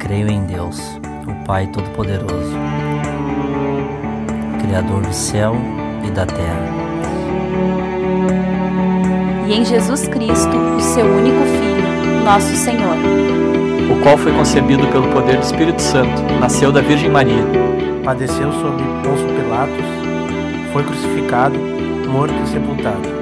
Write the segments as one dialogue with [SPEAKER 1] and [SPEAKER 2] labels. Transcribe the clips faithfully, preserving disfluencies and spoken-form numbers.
[SPEAKER 1] Creio em Deus, o Pai Todo-Poderoso, Criador do céu e da terra,
[SPEAKER 2] e em Jesus Cristo, o seu único Filho, nosso Senhor,
[SPEAKER 3] o qual foi concebido pelo poder do Espírito Santo, nasceu da Virgem Maria,
[SPEAKER 4] padeceu sob Pôncio Pilatos, foi crucificado, morto e sepultado.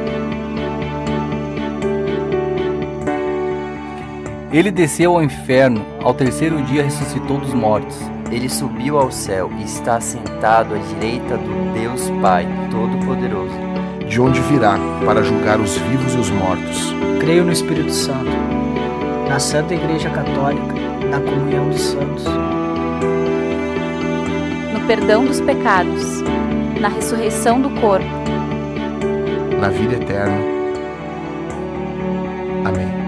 [SPEAKER 5] Ele desceu ao inferno, ao terceiro dia ressuscitou dos mortos.
[SPEAKER 6] Ele subiu ao céu e está sentado à direita do Deus Pai Todo-Poderoso,
[SPEAKER 7] de onde virá para julgar os vivos e os mortos.
[SPEAKER 8] Creio no Espírito Santo, na Santa Igreja Católica, na comunhão dos santos,
[SPEAKER 2] no perdão dos pecados, na ressurreição do corpo,
[SPEAKER 7] na vida eterna. Amém.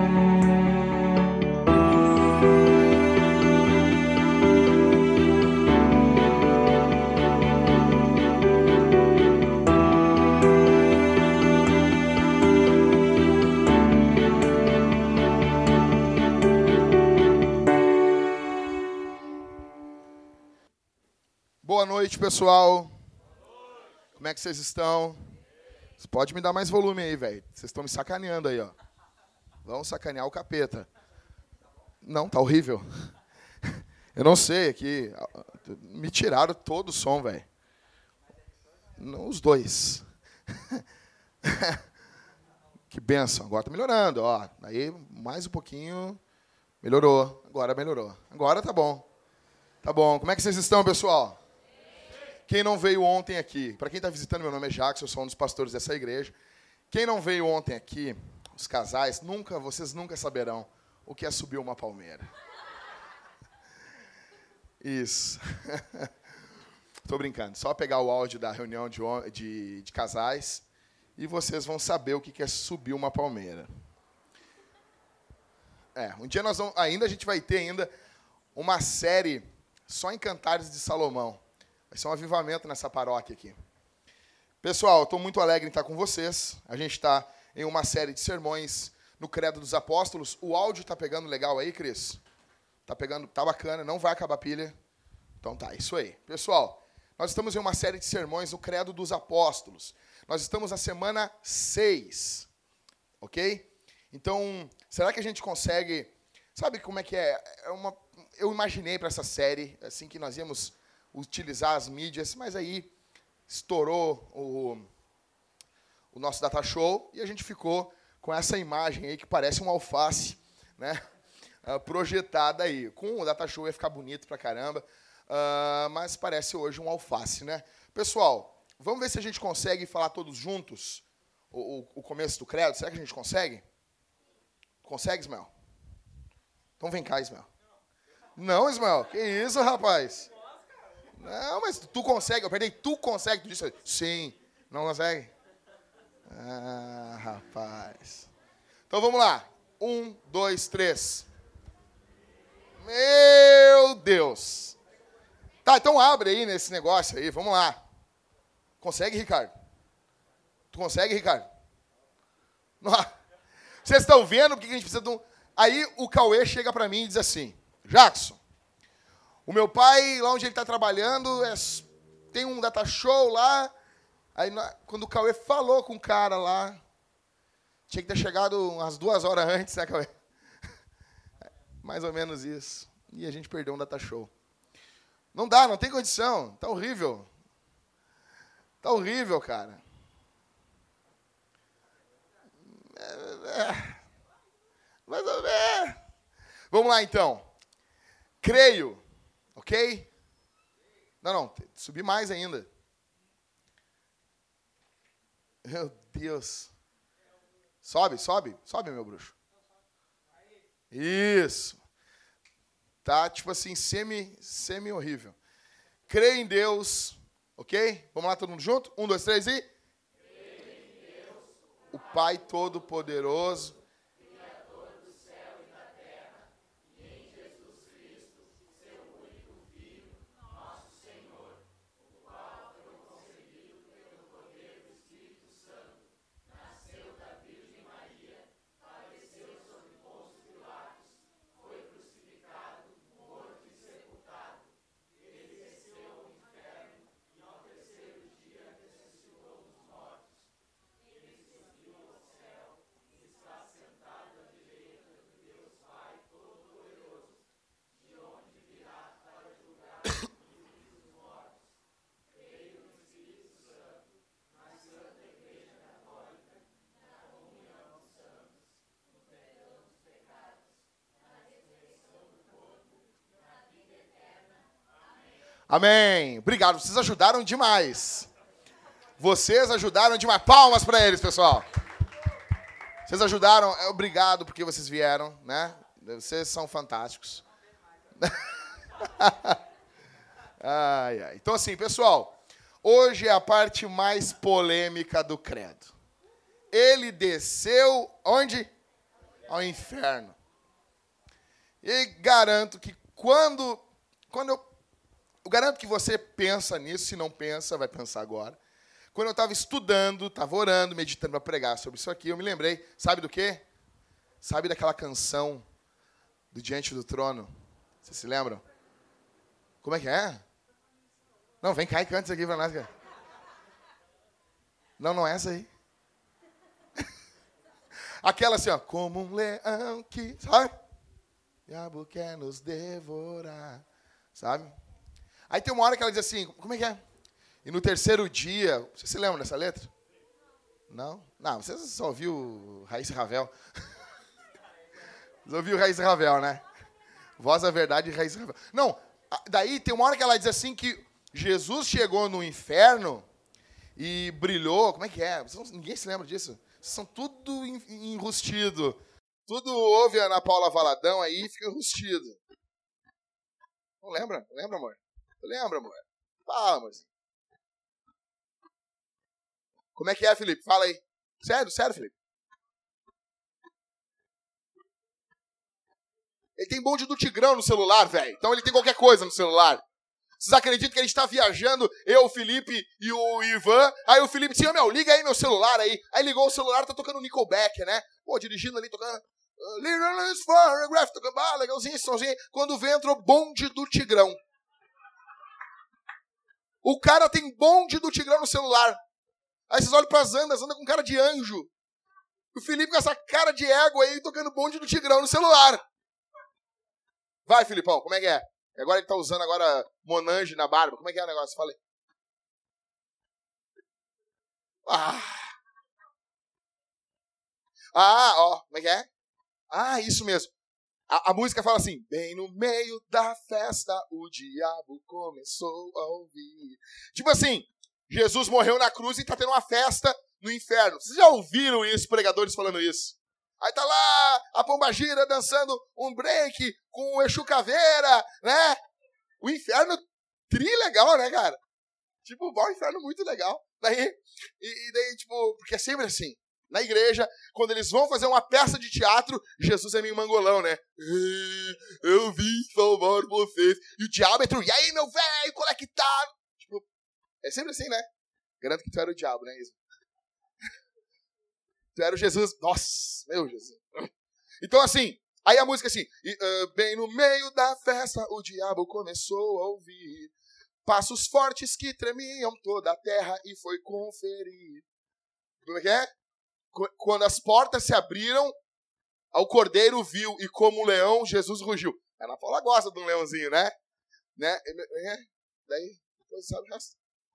[SPEAKER 9] Boa noite, pessoal. Como é que vocês estão? Você pode me dar mais volume aí, velho. Vocês estão me sacaneando aí, ó. Vamos sacanear o capeta. Não, tá horrível. Eu não sei, aqui me tiraram todo o som, velho. Os dois. Que benção. Agora tá melhorando, ó. Aí mais um pouquinho. Melhorou. Agora melhorou. Agora tá bom. Tá bom. Como é que vocês estão, pessoal? Quem não veio ontem aqui, para quem está visitando, meu nome é Jackson, eu sou um dos pastores dessa igreja. Quem não veio ontem aqui, os casais, nunca, vocês nunca saberão o que é subir uma palmeira. Isso. Estou brincando. Só pegar o áudio da reunião de, de, de casais e vocês vão saber o que é subir uma palmeira. É, um dia nós vamos, ainda a gente vai ter ainda uma série só em Cantares de Salomão. Vai ser um avivamento nessa paróquia aqui. Pessoal, estou muito alegre em estar com vocês. A gente está em uma série de sermões no Credo dos Apóstolos. O áudio está pegando legal aí, Cris? Está pegando, tá bacana, não vai acabar a pilha. Então tá, isso aí. Pessoal, nós estamos em uma série de sermões no Credo dos Apóstolos. Nós estamos na semana seis, ok? Então, será que a gente consegue... Sabe como é que é? é uma, eu imaginei para essa série, assim que nós íamos... utilizar as mídias, mas aí estourou o, o nosso data show e a gente ficou com essa imagem aí que parece um alface, né, projetada aí. Com o data show ia ficar bonito pra caramba, uh, mas parece hoje um alface, né? Pessoal, vamos ver se a gente consegue falar todos juntos o, o, o começo do credo. Será que a gente consegue? Consegue, Ismael? Então vem cá, Ismael. Não, Ismael, que isso, rapaz? Não, mas tu consegue, eu perdi, tu consegue, tu disse, sim, não consegue? Ah, rapaz. Então vamos lá, um, dois, três. Meu Deus. Tá, então abre aí nesse negócio aí, vamos lá. Consegue, Ricardo? Tu consegue, Ricardo? Não. Vocês estão vendo o que a gente precisa de um... Aí o Cauê chega pra mim e diz assim, Jackson, o meu pai, lá onde ele está trabalhando, é, tem um data show lá. Aí, quando o Cauê falou com o cara lá, tinha que ter chegado umas duas horas antes, né, Cauê? Mais ou menos isso. E a gente perdeu um data show. Não dá, não tem condição. Tá horrível. Tá horrível, cara. É, é. Mas, é. Vamos lá, então. Creio. Ok? Não, não, subir mais ainda. Meu Deus. Sobe, sobe, sobe, meu bruxo. Isso. Tá, tipo assim, semi, semi horrível. Creio em Deus, ok? Vamos lá, todo mundo junto? Um, dois, três e... Creio em Deus, o Pai Todo-Poderoso, Amém. Obrigado, vocês ajudaram demais. Vocês ajudaram demais. Palmas para eles, pessoal. Vocês ajudaram, obrigado porque vocês vieram, né? Vocês são fantásticos. Ai, ai. Então assim, pessoal, hoje é a parte mais polêmica do credo. Ele desceu onde? Ao inferno. E garanto que quando, quando eu, eu garanto que você pensa nisso, se não pensa, vai pensar agora. Quando eu estava estudando, estava orando, meditando para pregar sobre isso aqui, eu me lembrei, sabe do quê? Sabe daquela canção do Diante do Trono? Vocês se lembram? Como é que é? Não, vem cá e canta isso aqui para nós, cara. Não, não é essa aí. Aquela assim, ó. Como um leão que... Sabe? O diabo quer nos devorar. Sabe? Aí tem uma hora que ela diz assim, como é que é? E no terceiro dia... Você se lembra dessa letra? Não? Não, você só ouviu Raíssa Ravel. Você ouviu Raíssa Ravel, né? Voz da Verdade e Raíssa Ravel. Não, daí tem uma hora que ela diz assim que Jesus chegou no inferno e brilhou. Como é que é? Ninguém se lembra disso. Vocês são tudo enrustido. Tudo ouve a Ana Paula Valadão aí e fica enrustido. Não lembra? Não lembra, amor? Lembra, amor? Fala, amorzinho. Como é que é, Felipe? Fala aí. Sério, sério, Felipe? Ele tem bonde do Tigrão no celular, velho. Então ele tem qualquer coisa no celular. Vocês acreditam que ele está viajando, eu, o Felipe e o Ivan? Aí o Felipe disse, meu, liga aí meu celular aí. Aí ligou o celular, tá tocando Nickelback, né? Pô, dirigindo ali, tocando... tocando ah, legalzinho, somzinho. Quando vem, entrou bonde do Tigrão. O cara tem bonde do Tigrão no celular. Aí vocês olham pras andas, anda com cara de anjo. O Felipe com essa cara de égua aí, tocando bonde do Tigrão no celular. Vai, Filipão, como é que é? Agora ele tá usando agora Monange na barba. Como é que é o negócio? Fala aí. Ah, ah ó, como é que é? Ah, isso mesmo. A, a música fala assim, bem no meio da festa o diabo começou a ouvir. Tipo assim, Jesus morreu na cruz e tá tendo uma festa no inferno. Vocês já ouviram isso, pregadores falando isso? Aí tá lá a Pombagira dançando um break com o Exu Caveira, né? O inferno tri-legal, né, cara? Tipo, o inferno muito legal. Daí, e, e daí, tipo, porque é sempre assim. Na igreja, quando eles vão fazer uma peça de teatro, Jesus é meio mangolão, né? Eu vim salvar vocês. E o diabo entrou, e aí, meu velho, qual é que tá? Tipo, é sempre assim, né? Garanto que tu era o diabo, né, Isa? Tu era o Jesus. Nossa, meu Jesus. Então, assim, aí a música assim, e, uh, bem no meio da festa, o diabo começou a ouvir passos fortes que tremiam toda a terra e foi conferir. Como é que é? Quando as portas se abriram, o cordeiro viu e como um leão, Jesus rugiu. A Ana Paula gosta de um leãozinho, né? né? Daí, depois sabe o resto.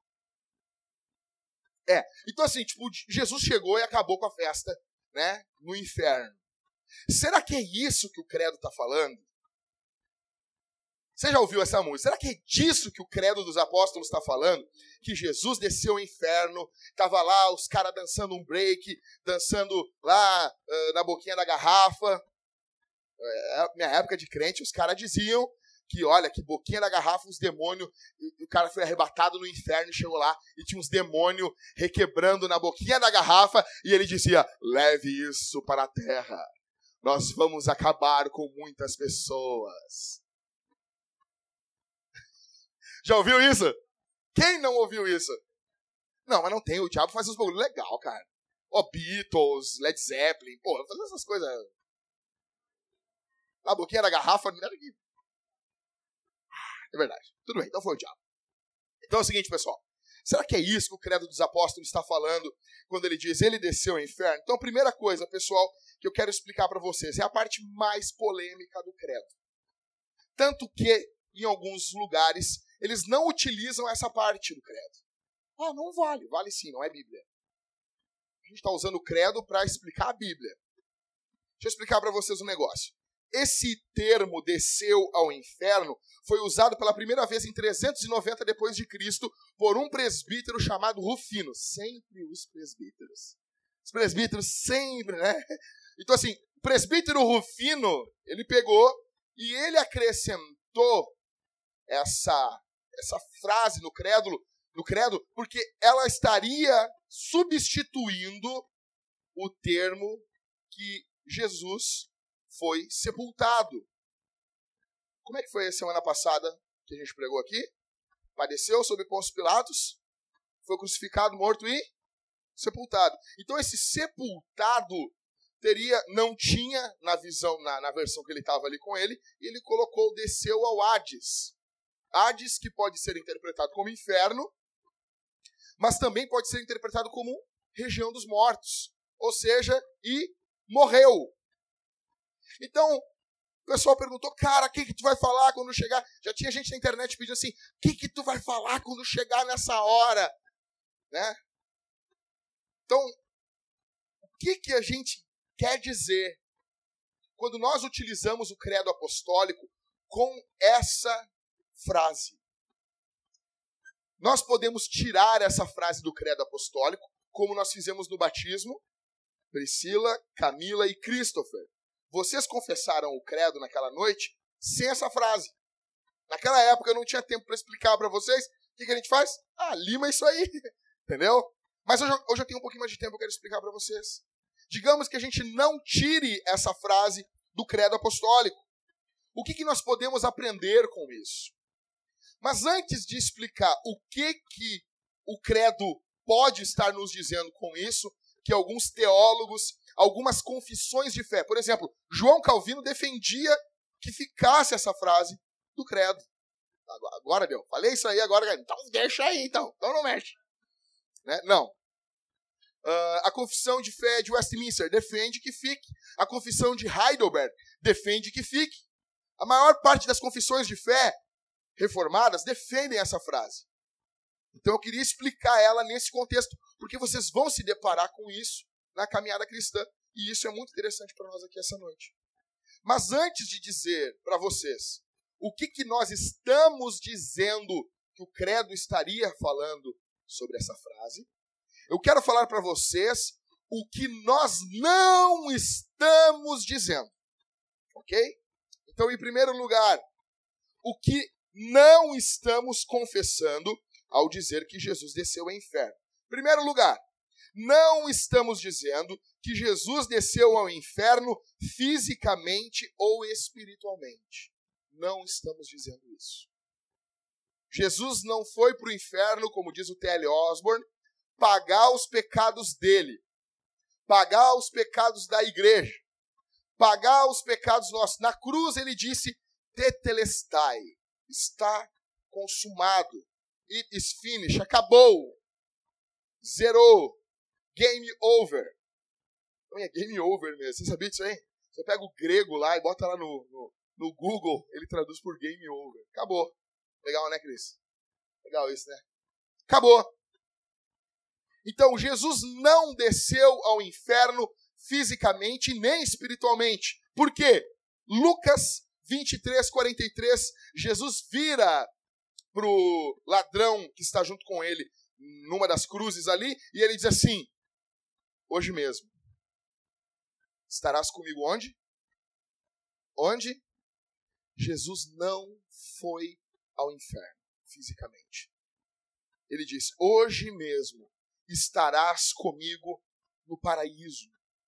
[SPEAKER 9] É, então assim, tipo, Jesus chegou e acabou com a festa, né, no inferno. Será que é isso que o credo está falando? Você já ouviu essa música? Será que é disso que o credo dos apóstolos está falando? Que Jesus desceu ao inferno, estava lá os caras dançando um break, dançando lá uh, na boquinha da garrafa. É, minha época de crente, os caras diziam que, olha, que boquinha da garrafa, os demônios, o cara foi arrebatado no inferno e chegou lá e tinha uns demônios requebrando na boquinha da garrafa e ele dizia, leve isso para a terra, nós vamos acabar com muitas pessoas. Já ouviu isso? Quem não ouviu isso? Não, mas não tem, o diabo faz uns bagulho legal, cara. Ó, oh, Beatles, Led Zeppelin, pô, fazer essas coisas. Na boquinha da garrafa, não era aqui. É verdade. Tudo bem, então foi o diabo. Então é o seguinte, pessoal. Será que é isso que o credo dos apóstolos está falando quando ele diz, ele desceu ao inferno? Então a primeira coisa, pessoal, que eu quero explicar para vocês, é a parte mais polêmica do credo. Tanto que, em alguns lugares, eles não utilizam essa parte do credo. Ah, não vale. Vale sim, não é Bíblia. A gente está usando o credo para explicar a Bíblia. Deixa eu explicar para vocês um negócio. esse termo desceu ao inferno foi usado pela primeira vez em trezentos e noventa depois de Cristo por um presbítero chamado Rufino. Sempre os presbíteros. Os presbíteros sempre, né? Então assim, o presbítero Rufino, ele pegou e ele acrescentou essa, essa frase no credo, no credo, porque ela estaria substituindo o termo que Jesus foi sepultado. Como é que foi a semana passada que a gente pregou aqui? Padeceu sob Pôncio Pilatos, foi crucificado, morto e sepultado. Então esse sepultado teria, não tinha na visão, na, na versão que ele estava ali com ele, e ele colocou, desceu ao Hades. Hades que pode ser interpretado como inferno, mas também pode ser interpretado como região dos mortos. Ou seja, e morreu. Então, o pessoal perguntou, cara, o que, que tu vai falar quando chegar? Já tinha gente na internet pedindo assim, o que, que tu vai falar quando chegar nessa hora? Né? Então, o que, que a gente quer dizer quando nós utilizamos o credo apostólico com essa frase? Nós podemos tirar essa frase do credo apostólico, como nós fizemos no batismo. Priscila, Camila e Christopher. Vocês confessaram o credo naquela noite sem essa frase. Naquela época eu não tinha tempo para explicar para vocês. O que, que a gente faz? Ah, lima isso aí. Entendeu? Mas hoje, hoje eu tenho um pouquinho mais de tempo, eu quero explicar para vocês. Digamos que a gente não tire essa frase do credo apostólico. O que, que nós podemos aprender com isso? Mas antes de explicar o que, que o credo pode estar nos dizendo com isso, que alguns teólogos, algumas confissões de fé, por exemplo, João Calvino defendia que ficasse essa frase do credo. Agora, agora deu. Falei isso aí, agora. Então deixa aí, então. Então não mexe. Né? Não. Uh, a confissão de fé de Westminster defende que fique. A confissão de Heidelberg defende que fique. A maior parte das confissões de fé reformadas defendem essa frase. Então eu queria explicar ela nesse contexto, porque vocês vão se deparar com isso na caminhada cristã, e isso é muito interessante para nós aqui essa noite. Mas antes de dizer para vocês o que, que nós estamos dizendo que o credo estaria falando sobre essa frase, eu quero falar para vocês o que nós não estamos dizendo. Ok? Então, em primeiro lugar, o que não estamos confessando ao dizer que Jesus desceu ao inferno. Em primeiro lugar, não estamos dizendo que Jesus desceu ao inferno fisicamente ou espiritualmente. Não estamos dizendo isso. Jesus não foi para o inferno, como diz o T L Osborne, pagar os pecados dele, pagar os pecados da igreja, pagar os pecados nossos. Na cruz ele disse, tetelestai, está consumado. It is finished, acabou, zerou, game over. Então é game over mesmo, você sabia disso aí? Você pega o grego lá e bota lá no, no, no Google, ele traduz por game over. Acabou. Legal, né, Cris? Legal isso, né? Acabou. Então, Jesus não desceu ao inferno fisicamente nem espiritualmente. Por quê? Lucas vinte e três, quarenta e três, Jesus vira para o ladrão que está junto com ele numa das cruzes ali, e ele diz assim, hoje mesmo, estarás comigo onde? Onde? Jesus não foi ao inferno, fisicamente. Ele diz, hoje mesmo estarás comigo no paraíso.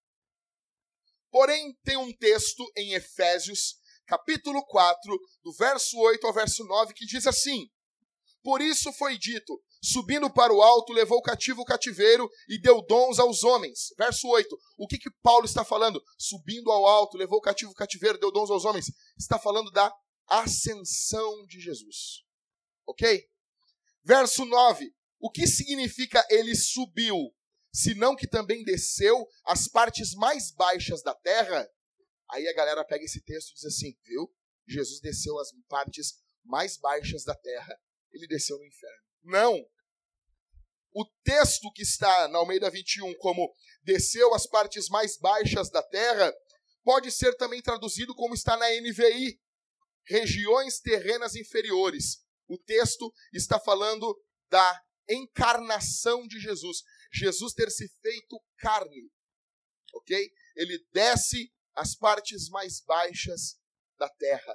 [SPEAKER 9] Porém, tem um texto em Efésios, capítulo quatro, do verso oito ao verso nove, que diz assim, por isso foi dito, subindo para o alto, levou cativo o cativeiro e deu dons aos homens. Verso oito, o que que Paulo está falando? Subindo ao alto, levou cativo o cativeiro, deu dons aos homens. Está falando da ascensão de Jesus. Ok? Verso nove, o que significa ele subiu? Senão que também desceu às partes mais baixas da terra? Aí a galera pega esse texto e diz assim, viu? Jesus desceu às partes mais baixas da terra. Ele desceu no inferno. Não. O texto que está na Almeida vinte e um como desceu às partes mais baixas da terra, pode ser também traduzido como está na N V I, regiões terrenas inferiores. O texto está falando da encarnação de Jesus. Jesus ter se feito carne, ok? Ele desce às partes mais baixas da terra.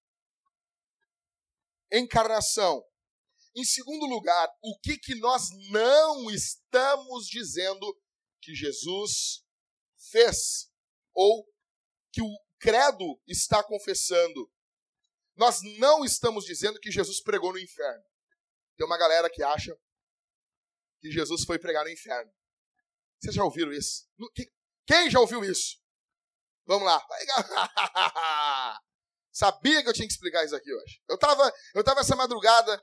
[SPEAKER 9] Encarnação. Em segundo lugar, o que, que nós não estamos dizendo que Jesus fez, ou que o credo está confessando? Nós não estamos dizendo que Jesus pregou no inferno. Tem uma galera que acha que Jesus foi pregar no inferno. Vocês já ouviram isso? Quem já ouviu isso? Vamos lá. Sabia que eu tinha que explicar isso aqui hoje. Eu estava eu tava essa madrugada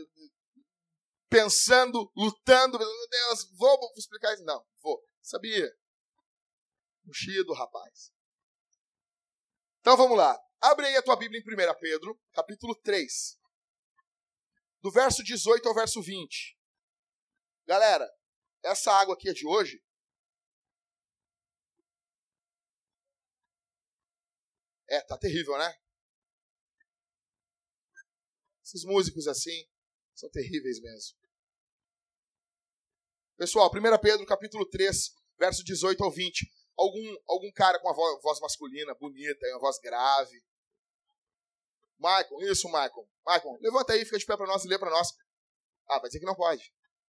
[SPEAKER 9] pensando, lutando. Meu Deus, vou, vou explicar isso? Não, vou. Sabia. Muxido, rapaz. Então vamos lá. Abre aí a tua Bíblia em primeira Pedro, capítulo três. Do verso dezoito ao verso vinte. Galera, essa água aqui é de hoje? É, tá terrível, né? Esses músicos assim são terríveis mesmo. Pessoal, primeira Pedro, capítulo três, verso dezoito ao vinte. Algum, algum cara com a voz, voz masculina, bonita, uma voz grave. Michael, isso, Michael. Michael, levanta aí, fica de pé para nós e lê para nós. Ah, vai dizer que não pode.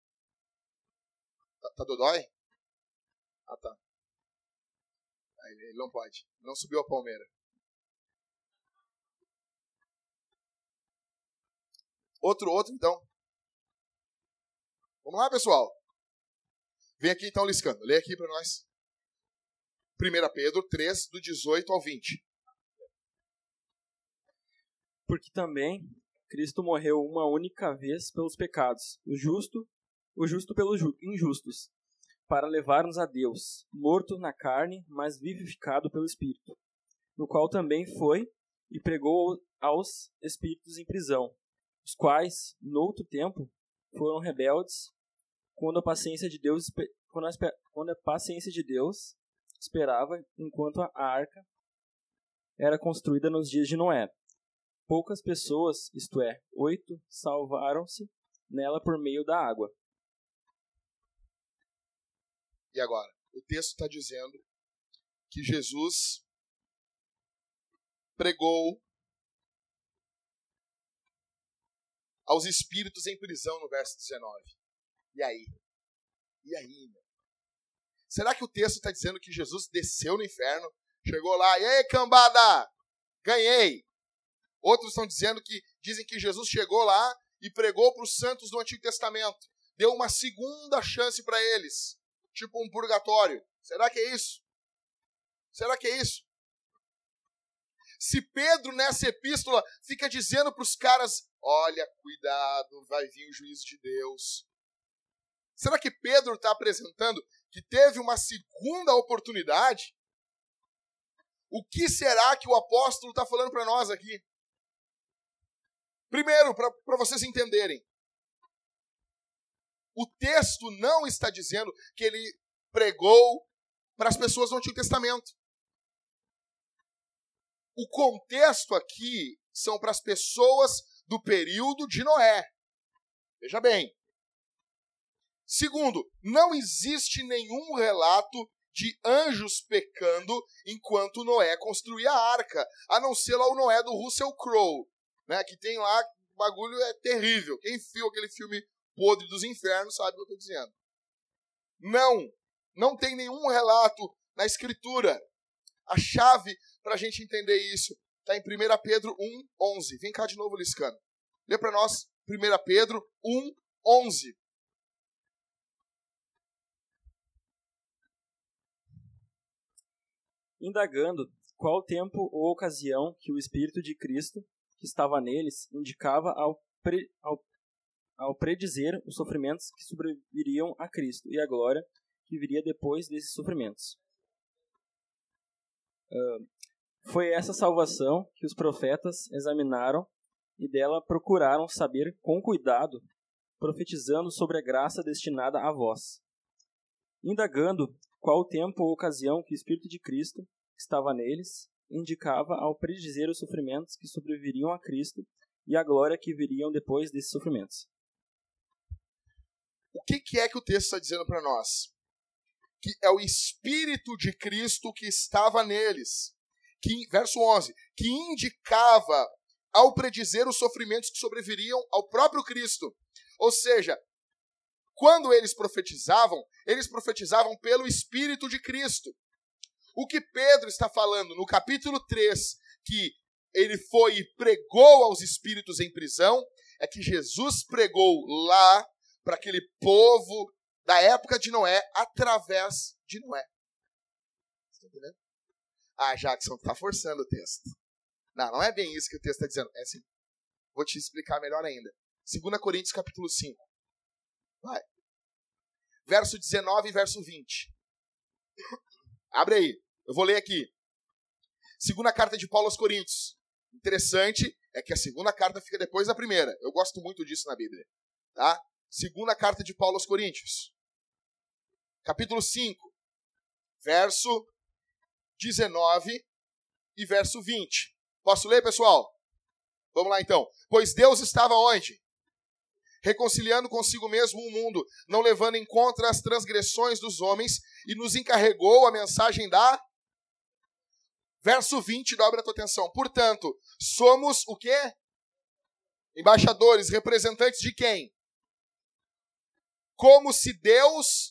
[SPEAKER 9] Tá, tá dodói? Ah, tá. Ele não pode. Não subiu a palmeira. Outro, outro, então. Vamos lá, pessoal. Vem aqui, então, Liscano. Lê aqui para nós. primeira Pedro três, do dezoito ao vinte.
[SPEAKER 10] Porque também Cristo morreu uma única vez pelos pecados, o justo, o justo pelos injustos, para levar-nos a Deus, morto na carne, mas vivificado pelo Espírito, no qual também foi e pregou aos espíritos em prisão, os quais, noutro tempo, foram rebeldes, quando a paciência de Deus, quando a, quando a paciência de Deus esperava, enquanto a arca era construída nos dias de Noé. Poucas pessoas, isto é, oito, salvaram-se nela por meio da água.
[SPEAKER 9] E agora? O texto está dizendo que Jesus pregou aos espíritos em prisão no verso dezenove. E aí? E aí, meu? Será que o texto está dizendo que Jesus desceu no inferno, chegou lá, e aí, cambada, ganhei? Outros estão dizendo que, dizem que Jesus chegou lá e pregou para os santos do Antigo Testamento. Deu uma segunda chance para eles. Tipo um purgatório. Será que é isso? Será que é isso? Se Pedro, nessa epístola, fica dizendo para os caras, olha, cuidado, vai vir o juízo de Deus. Será que Pedro está apresentando que teve uma segunda oportunidade? O que será que o apóstolo está falando para nós aqui? Primeiro, para vocês entenderem, o texto não está dizendo que ele pregou para as pessoas do Antigo Testamento. O contexto aqui são para as pessoas do período de Noé. Veja bem. Segundo, não existe nenhum relato de anjos pecando enquanto Noé construía a arca, a não ser lá o Noé do Russell Crowe. Né, que tem lá, o bagulho é terrível. Quem viu aquele filme Podre dos Infernos sabe o que eu estou dizendo. Não, não tem nenhum relato na Escritura. A chave para a gente entender isso está em primeira Pedro um, onze. Vem cá de novo, Liscano. Lê para nós, primeira Pedro um, onze.
[SPEAKER 10] Indagando qual tempo ou ocasião que o Espírito de Cristo que estava neles, indicava ao, pre, ao, ao predizer os sofrimentos que sobreviriam a Cristo e a glória que viria depois desses sofrimentos. Uh, foi essa salvação que os profetas examinaram e dela procuraram saber com cuidado, profetizando sobre a graça destinada a vós. Indagando qual tempo ou ocasião que o Espírito de Cristo, que estava neles indicava ao predizer os sofrimentos que sobreviriam a Cristo e a glória que viriam depois desses sofrimentos.
[SPEAKER 9] O que, que é que o texto está dizendo para nós? Que é o Espírito de Cristo que estava neles. Que, verso onze, que indicava ao predizer os sofrimentos que sobreviriam ao próprio Cristo. Ou seja, quando eles profetizavam, eles profetizavam pelo Espírito de Cristo. O que Pedro está falando no capítulo três, que ele foi e pregou aos espíritos em prisão, é que Jesus pregou lá para aquele povo da época de Noé, através de Noé. Você está entendendo? Ah, Jackson, está forçando o texto. Não, não é bem isso que o texto está dizendo. É assim. Vou te explicar melhor ainda. dois Coríntios capítulo cinco. Vai. Verso dezenove e verso vinte. Abre aí. Eu vou ler aqui. Segunda carta de Paulo aos Coríntios. Interessante é que a segunda carta fica depois da primeira. Eu gosto muito disso na Bíblia. Tá? Segunda carta de Paulo aos Coríntios. Capítulo cinco. Verso dezenove e verso vinte. Posso ler, pessoal? Vamos lá, então. Pois Deus estava onde? Reconciliando consigo mesmo o mundo, não levando em conta as transgressões dos homens, e nos encarregou a mensagem da... Verso vinte, dobra a tua atenção. Portanto, somos o quê? Embaixadores, representantes de quem? Como se Deus...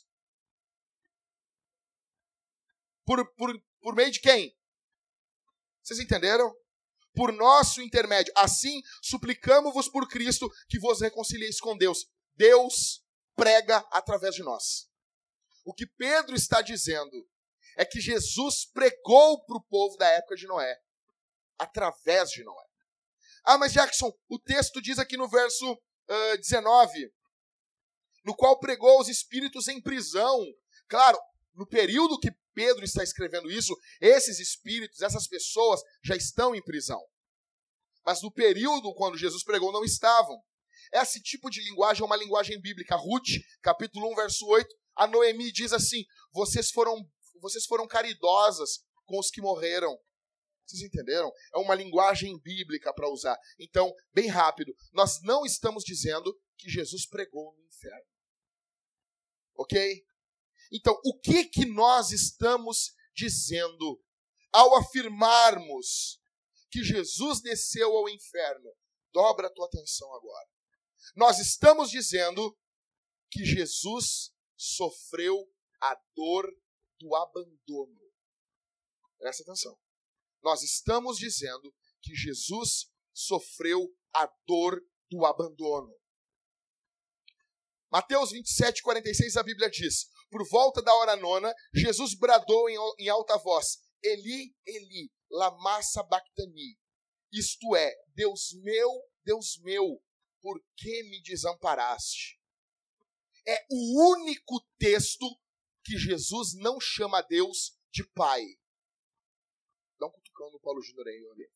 [SPEAKER 9] Por, por, por meio de quem? Vocês entenderam? Por nosso intermédio. Assim, suplicamos-vos por Cristo que vos reconcilieis com Deus. Deus prega através de nós. O que Pedro está dizendo é que Jesus pregou para o povo da época de Noé, através de Noé. Ah, mas Jackson, o texto diz aqui no verso uh, dezenove, no qual pregou os espíritos em prisão. Claro, no período que Pedro está escrevendo isso, esses espíritos, essas pessoas já estão em prisão. Mas no período quando Jesus pregou não estavam. Esse tipo de linguagem é uma linguagem bíblica. Ruth, capítulo um, verso oito, a Noemi diz assim, vocês foram, vocês foram caridosas com os que morreram. Vocês entenderam? É uma linguagem bíblica para usar. Então, bem rápido, nós não estamos dizendo que Jesus pregou no inferno. Ok? Então, o que, que nós estamos dizendo ao afirmarmos que Jesus desceu ao inferno? Dobra a tua atenção agora. Nós estamos dizendo que Jesus sofreu a dor do abandono. Presta atenção. Nós estamos dizendo que Jesus sofreu a dor do abandono. Mateus vinte e sete, quarenta e seis, a Bíblia diz, por volta da hora nona, Jesus bradou em, em alta voz, Eli, Eli, lama sabachthani. Isto é, Deus meu, Deus meu, por que me desamparaste? É o único texto que Jesus não chama Deus de Pai. Dá um cutucão no Paulo Júnior aí, olha.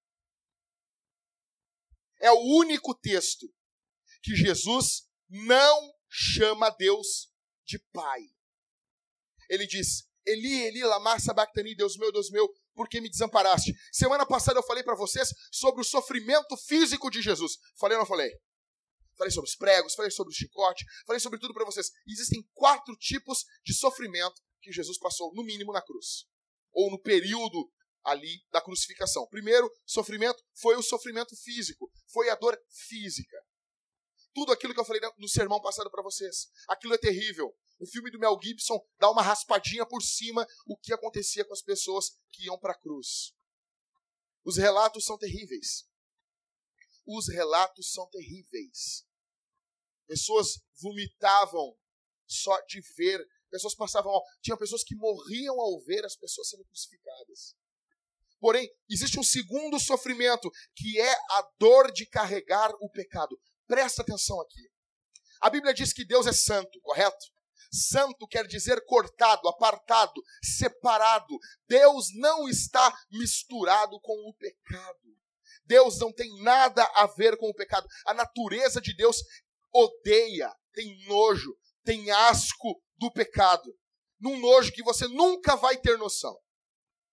[SPEAKER 9] É o único texto que Jesus não chama Deus de Pai. Ele diz, Eli, Eli, lama sabachthani, Deus meu, Deus meu, por que me desamparaste? Semana passada eu falei para vocês sobre o sofrimento físico de Jesus. Falei ou não falei? Falei sobre os pregos, falei sobre o chicote, falei sobre tudo para vocês. Existem quatro tipos de sofrimento que Jesus passou, no mínimo, na cruz. Ou no período ali da crucificação. Primeiro sofrimento foi o sofrimento físico. Foi a dor física. Tudo aquilo que eu falei no sermão passado para vocês. Aquilo é terrível. O filme do Mel Gibson dá uma raspadinha por cima o que acontecia com as pessoas que iam para a cruz. Os relatos são terríveis. Os relatos são terríveis. Pessoas vomitavam só de ver. Pessoas passavam... Ó, tinha pessoas que morriam ao ver as pessoas sendo crucificadas. Porém, existe um segundo sofrimento, que é a dor de carregar o pecado. Presta atenção aqui. A Bíblia diz que Deus é santo, correto? Santo quer dizer cortado, apartado, separado. Deus não está misturado com o pecado. Deus não tem nada a ver com o pecado. A natureza de Deus odeia, tem nojo, tem asco do pecado. Num nojo que você nunca vai ter noção.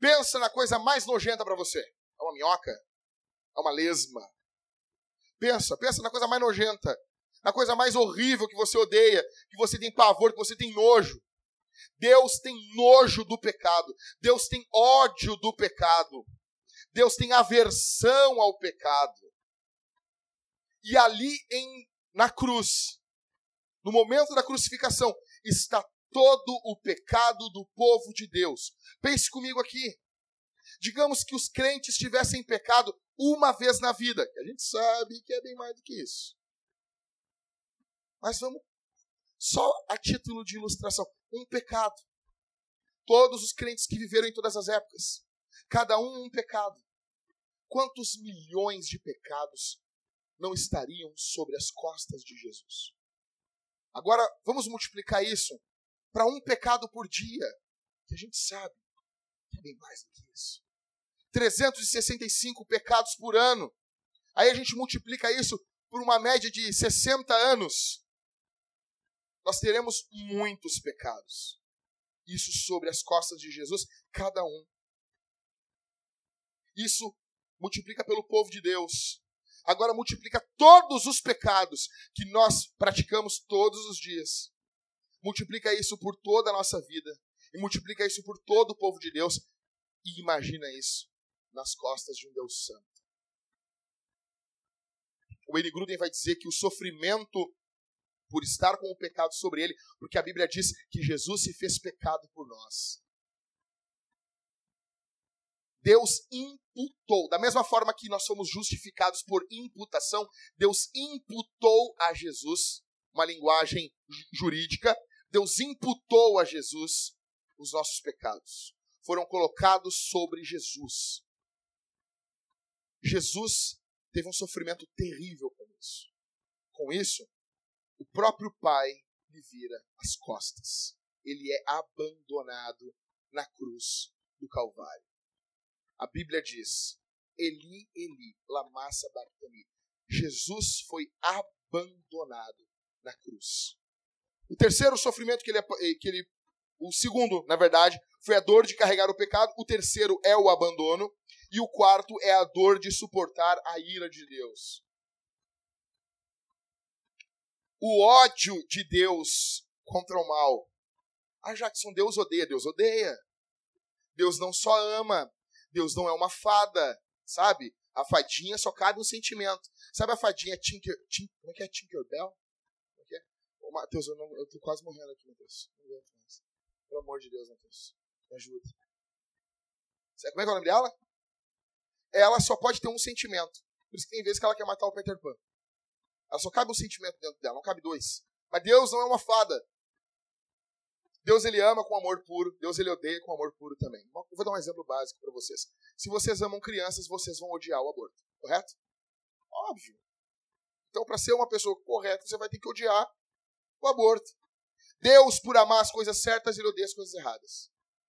[SPEAKER 9] Pensa na coisa mais nojenta para você. É uma minhoca? É uma lesma? Pensa, pensa na coisa mais nojenta. Na coisa mais horrível que você odeia, que você tem pavor, que você tem nojo. Deus tem nojo do pecado. Deus tem ódio do pecado. Deus tem aversão ao pecado. E ali em, na cruz, no momento da crucificação, está todo o pecado do povo de Deus. Pense comigo aqui. Digamos que os crentes tivessem pecado uma vez na vida. A gente sabe que é bem mais do que isso. Mas vamos, só a título de ilustração, um pecado. Todos os crentes que viveram em todas as épocas, cada um um pecado. Quantos milhões de pecados não estariam sobre as costas de Jesus? Agora, vamos multiplicar isso para um pecado por dia, que a gente sabe que é bem mais do que isso. trezentos e sessenta e cinco pecados por ano. Aí a gente multiplica isso por uma média de sessenta anos. Nós teremos muitos pecados. Isso sobre as costas de Jesus, cada um. Isso multiplica pelo povo de Deus. Agora multiplica todos os pecados que nós praticamos todos os dias. Multiplica isso por toda a nossa vida. E multiplica isso por todo o povo de Deus. E imagina isso nas costas de um Deus santo. O Wayne Grudem vai dizer que o sofrimento por estar com o pecado sobre ele, porque a Bíblia diz que Jesus se fez pecado por nós. Deus imputou, da mesma forma que nós somos justificados por imputação, Deus imputou a Jesus, uma linguagem jurídica, Deus imputou a Jesus os nossos pecados. Foram colocados sobre Jesus. Jesus teve um sofrimento terrível com isso. Com isso, o próprio Pai lhe vira as costas. Ele é abandonado na cruz do Calvário. A Bíblia diz, Eli, Eli, lama sabachthani. Jesus foi abandonado na cruz. O terceiro sofrimento que ele, que ele... O segundo, na verdade, foi a dor de carregar o pecado. O terceiro é o abandono. E o quarto é a dor de suportar a ira de Deus. O ódio de Deus contra o mal. Ah, Jackson, Deus odeia. Deus odeia. Deus não só ama. Deus não é uma fada, sabe? A fadinha só cabe um sentimento. Sabe a fadinha Tinker... Tinker como é que é? Tinkerbell? Como é que é? Ô, Matheus, eu, não, eu tô quase morrendo aqui, Matheus. Não aguento mais. Pelo amor de Deus, Matheus. Me ajuda. Sabe como é que é o nome dela? Ela só pode ter um sentimento. Por isso que tem vezes que ela quer matar o Peter Pan. Ela só cabe um sentimento dentro dela, não cabe dois. Mas Deus não é uma fada. Deus, ele ama com amor puro. Deus, ele odeia com amor puro também. Eu vou dar um exemplo básico para vocês. Se vocês amam crianças, vocês vão odiar o aborto. Correto? Óbvio. Então, para ser uma pessoa correta, você vai ter que odiar o aborto. Deus, por amar as coisas certas, ele odeia as coisas erradas.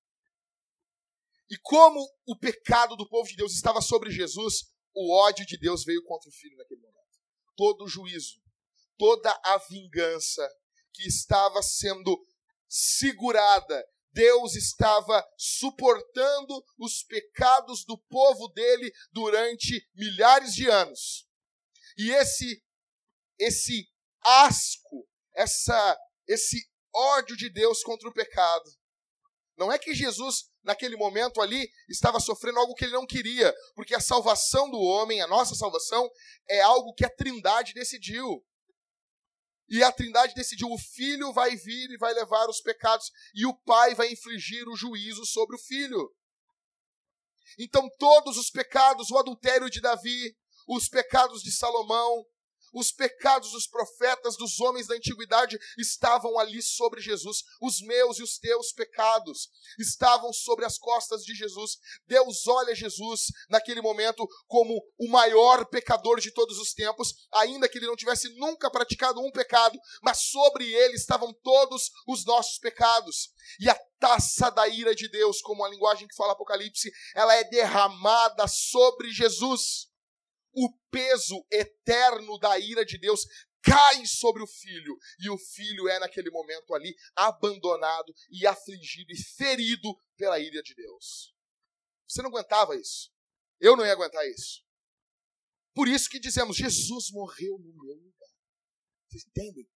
[SPEAKER 9] E como o pecado do povo de Deus estava sobre Jesus, o ódio de Deus veio contra o Filho naquele momento. Todo o juízo, toda a vingança que estava sendo segurada, Deus estava suportando os pecados do povo dele durante milhares de anos. E esse, esse asco, essa, esse ódio de Deus contra o pecado, não é que Jesus, naquele momento ali, estava sofrendo algo que ele não queria, porque a salvação do homem, a nossa salvação, é algo que a Trindade decidiu. E a Trindade decidiu, o Filho vai vir e vai levar os pecados, e o Pai vai infligir o juízo sobre o Filho. Então todos os pecados, o adultério de Davi, os pecados de Salomão, os pecados dos profetas, dos homens da antiguidade, estavam ali sobre Jesus. Os meus e os teus pecados estavam sobre as costas de Jesus. Deus olha Jesus naquele momento como o maior pecador de todos os tempos, ainda que ele não tivesse nunca praticado um pecado, mas sobre ele estavam todos os nossos pecados. E a taça da ira de Deus, como a linguagem que fala Apocalipse, ela é derramada sobre Jesus. O peso eterno da ira de Deus cai sobre o Filho. E o Filho é, naquele momento ali, abandonado e afligido e ferido pela ira de Deus. Você não aguentava isso. Eu não ia aguentar isso. Por isso que dizemos, Jesus morreu no meu lugar. Vocês entendem?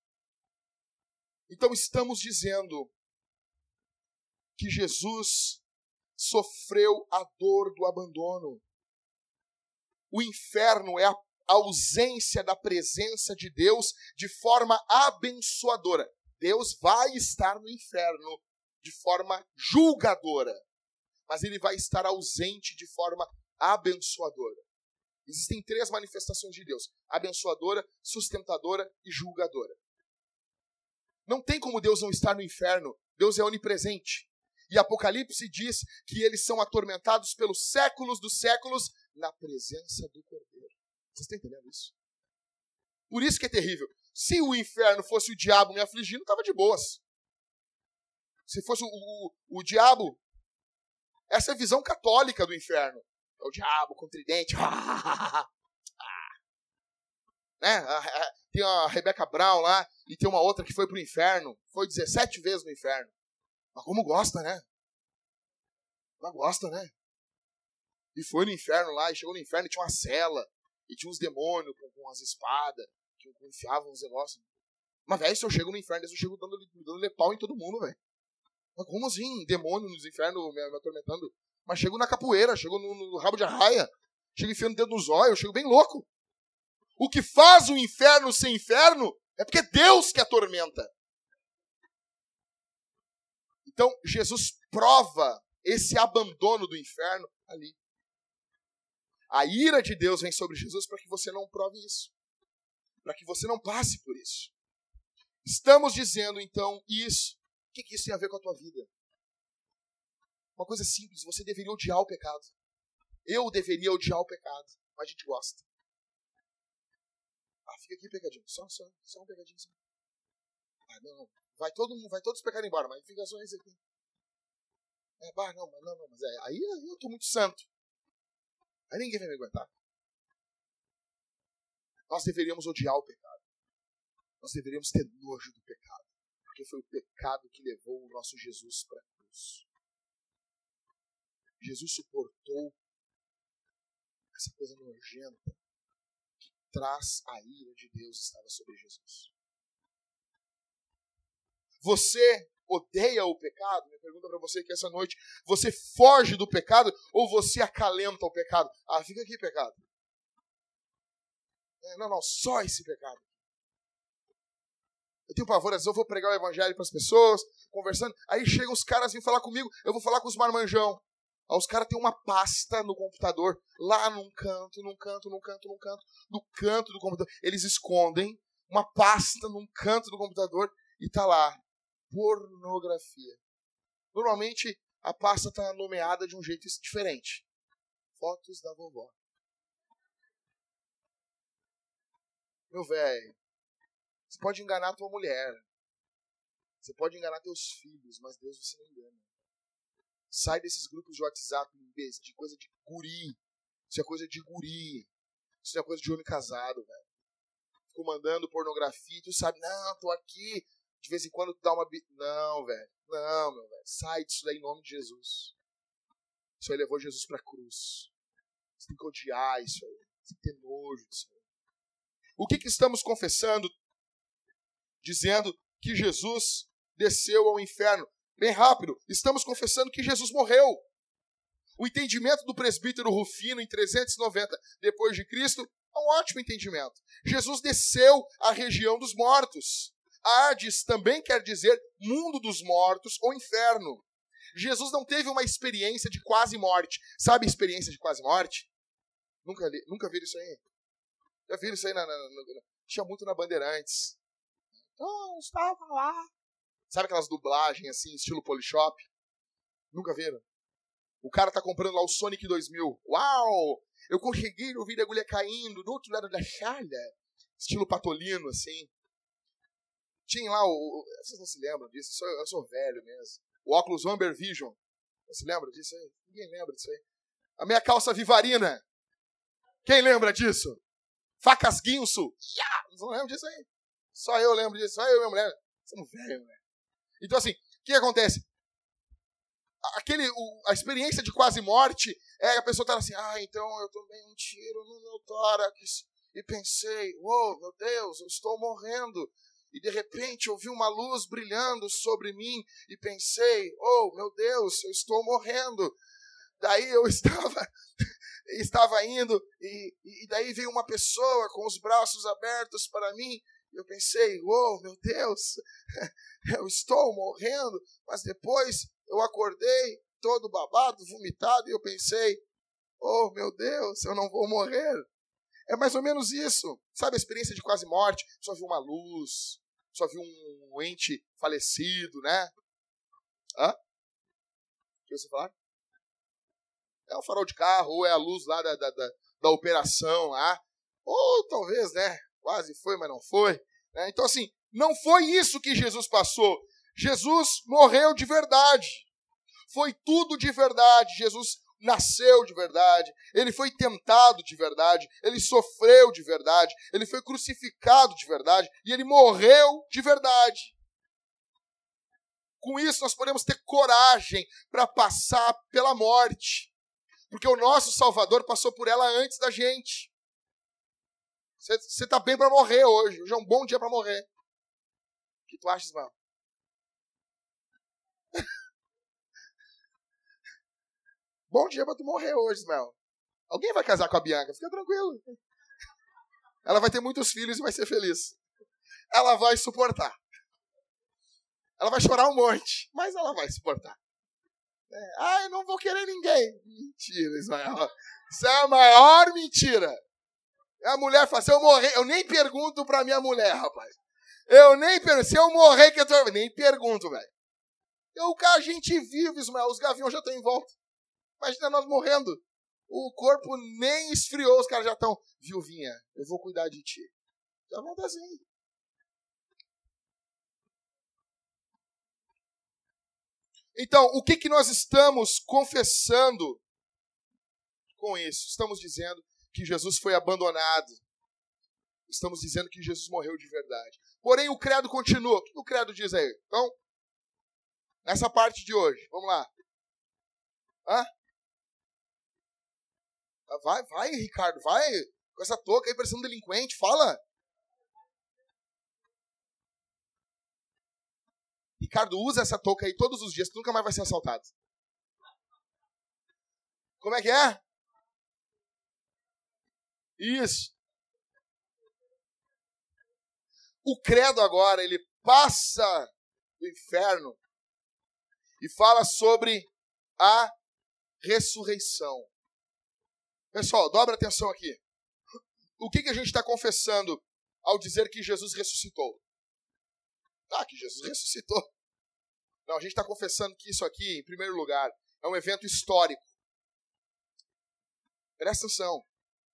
[SPEAKER 9] Então estamos dizendo que Jesus sofreu a dor do abandono. O inferno é a ausência da presença de Deus de forma abençoadora. Deus vai estar no inferno de forma julgadora, mas ele vai estar ausente de forma abençoadora. Existem três manifestações de Deus: abençoadora, sustentadora e julgadora. Não tem como Deus não estar no inferno. Deus é onipresente. E Apocalipse diz que eles são atormentados pelos séculos dos séculos na presença do Cordeiro. Vocês estão entendendo isso? Por isso que é terrível. Se o inferno fosse o diabo me afligindo, estava de boas. Se fosse o, o, o diabo, essa é a visão católica do inferno. É o diabo com tridente. né? Tem a Rebecca Brown lá, e tem uma outra que foi pro inferno. Foi dezessete vezes no inferno. Mas como gosta, né? Ela gosta, né? E foi no inferno lá, e chegou no inferno e tinha uma cela. E tinha uns demônios com, com as espadas, que enfiavam uns negócios. Mas, velho, se eu chego no inferno, eu chego dando, dando pau em todo mundo, velho. Mas como assim? Demônio nos infernos me, me atormentando? Mas chego na capoeira, chego no, no rabo de arraia, chego enfiando o dedo nos olhos, chego bem louco. O que faz o inferno ser inferno é porque é Deus que atormenta. Então, Jesus prova esse abandono do inferno ali. A ira de Deus vem sobre Jesus para que você não prove isso. Para que você não passe por isso. Estamos dizendo, então, isso. O que, que isso tem a ver com a tua vida? Uma coisa simples, você deveria odiar o pecado. Eu deveria odiar o pecado, mas a gente gosta. Ah, fica aqui, pecadinho. Só, só, só um pecadinho. Só. Ah, não, não. Vai, todo, vai todos os pecados embora, mas fica só esse aqui. É, bah, não, mas não, não, mas é, aí, aí eu tô muito santo. Aí ninguém vai me aguentar. Nós deveríamos odiar o pecado. Nós deveríamos ter nojo do pecado. Porque foi o pecado que levou o nosso Jesus para a cruz. Jesus suportou essa coisa nojenta que traz a ira de Deus estava sobre Jesus. Você odeia o pecado? Minha pergunta para você é que essa noite, você foge do pecado ou você acalenta o pecado? Ah, fica aqui, pecado. É, não, não, só esse pecado. Eu tenho pavor, às vezes eu vou pregar o evangelho para as pessoas, conversando, aí chegam os caras vêm falar comigo, eu vou falar com os marmanjão. Aí os caras têm uma pasta no computador, lá num canto, num canto, num canto, num canto, no canto do computador. Eles escondem uma pasta num canto do computador e tá lá. Pornografia. Normalmente a pasta está nomeada de um jeito diferente. Fotos da vovó. Meu velho, você pode enganar a tua mulher. Você pode enganar teus filhos, mas Deus você não engana. Sai desses grupos de WhatsApp de coisa de guri. Isso é coisa de guri. Isso é coisa de homem casado, velho. Ficou mandando pornografia e tu sabe, não, tô aqui. De vez em quando tu dá uma... Bi... Não, velho. Não, meu velho. Sai disso daí em nome de Jesus. Isso aí levou Jesus pra cruz. Você tem que odiar isso aí. Você tem que ter nojo disso aí. O que que estamos confessando? Dizendo que Jesus desceu ao inferno. Bem rápido. Estamos confessando que Jesus morreu. O entendimento do presbítero Rufino em trezentos e noventa depois de Cristo é um ótimo entendimento. Jesus desceu à região dos mortos. Hades também quer dizer mundo dos mortos ou inferno. Jesus não teve uma experiência de quase morte. Sabe a experiência de quase morte? Nunca, li, nunca viram isso aí? Já viram isso aí? Na, na, na, na, tinha muito na Bandeirantes. Oh, estava lá. Sabe aquelas dublagens assim, estilo Polishop? Nunca viram? O cara tá comprando lá o Sonic dois mil. Uau! Eu consegui ouvir a agulha caindo do outro lado da chalha. Estilo Patolino, assim. Tinha lá o... Vocês não se lembram disso? Eu sou, eu sou velho mesmo. O óculos Amber Vision. Você lembra disso aí? Ninguém lembra disso aí. A minha calça Vivarina. Quem lembra disso? Facas Guinso. Yeah! Não lembra disso aí? Só eu lembro disso. Só eu e minha mulher. Somos velhos, né? Então assim, o que acontece? aquele, o, a experiência de quase morte é a pessoa tá assim, ah, então eu tomei um tiro no meu tórax e pensei, oh, meu Deus, eu estou morrendo. E de repente eu vi uma luz brilhando sobre mim e pensei, oh, meu Deus, eu estou morrendo. Daí eu estava, estava indo e, e daí veio uma pessoa com os braços abertos para mim. E eu pensei, oh, meu Deus, eu estou morrendo. Mas depois eu acordei todo babado, vomitado, e eu pensei, oh, meu Deus, eu não vou morrer. É mais ou menos isso. Sabe a experiência de quase morte? Só viu uma luz, só viu um ente falecido, né? Hã? O que você falar? É o farol de carro, ou é a luz lá da, da, da, da operação lá. Ou talvez, né? Quase foi, mas não foi. Né? Então, assim, não foi isso que Jesus passou. Jesus morreu de verdade. Foi tudo de verdade. Jesus nasceu de verdade. Ele foi tentado de verdade. Ele sofreu de verdade. Ele foi crucificado de verdade. E ele morreu de verdade. Com isso, nós podemos ter coragem para passar pela morte. Porque o nosso Salvador passou por ela antes da gente. Você está bem para morrer hoje. Hoje é um bom dia para morrer. O que tu acha, Ismael? Bom dia para tu morrer hoje, Ismael. Alguém vai casar com a Bianca, fica tranquilo. Ela vai ter muitos filhos e vai ser feliz. Ela vai suportar. Ela vai chorar um monte, mas ela vai suportar. É, ah, eu não vou querer ninguém. Mentira, Ismael. Isso é a maior mentira. A mulher fala, se eu morrer, eu nem pergunto pra minha mulher, rapaz. Eu nem pergunto. Se eu morrer, que eu tô... Nem pergunto, velho. Eu, a gente vive, Ismael. Os gaviões já estão em volta. Imagina nós morrendo. O corpo nem esfriou, os caras já estão. Viuvinha, eu vou cuidar de ti. Já vão estar assim. Então, o que, que nós estamos confessando com isso? Estamos dizendo que Jesus foi abandonado. Estamos dizendo que Jesus morreu de verdade. Porém, o credo continua. O que o credo diz aí? Então, nessa parte de hoje, vamos lá. Hã? Vai, vai, Ricardo, vai. Com essa touca aí, parecendo um delinquente, fala. Ricardo, usa essa touca aí todos os dias, que nunca mais vai ser assaltado. Como é que é? Isso. O credo agora, ele passa do inferno e fala sobre a ressurreição. Pessoal, dobra atenção aqui. O que, que a gente está confessando ao dizer que Jesus ressuscitou? Ah, que Jesus ressuscitou. Não, a gente está confessando que isso aqui, em primeiro lugar, é um evento histórico. Presta atenção.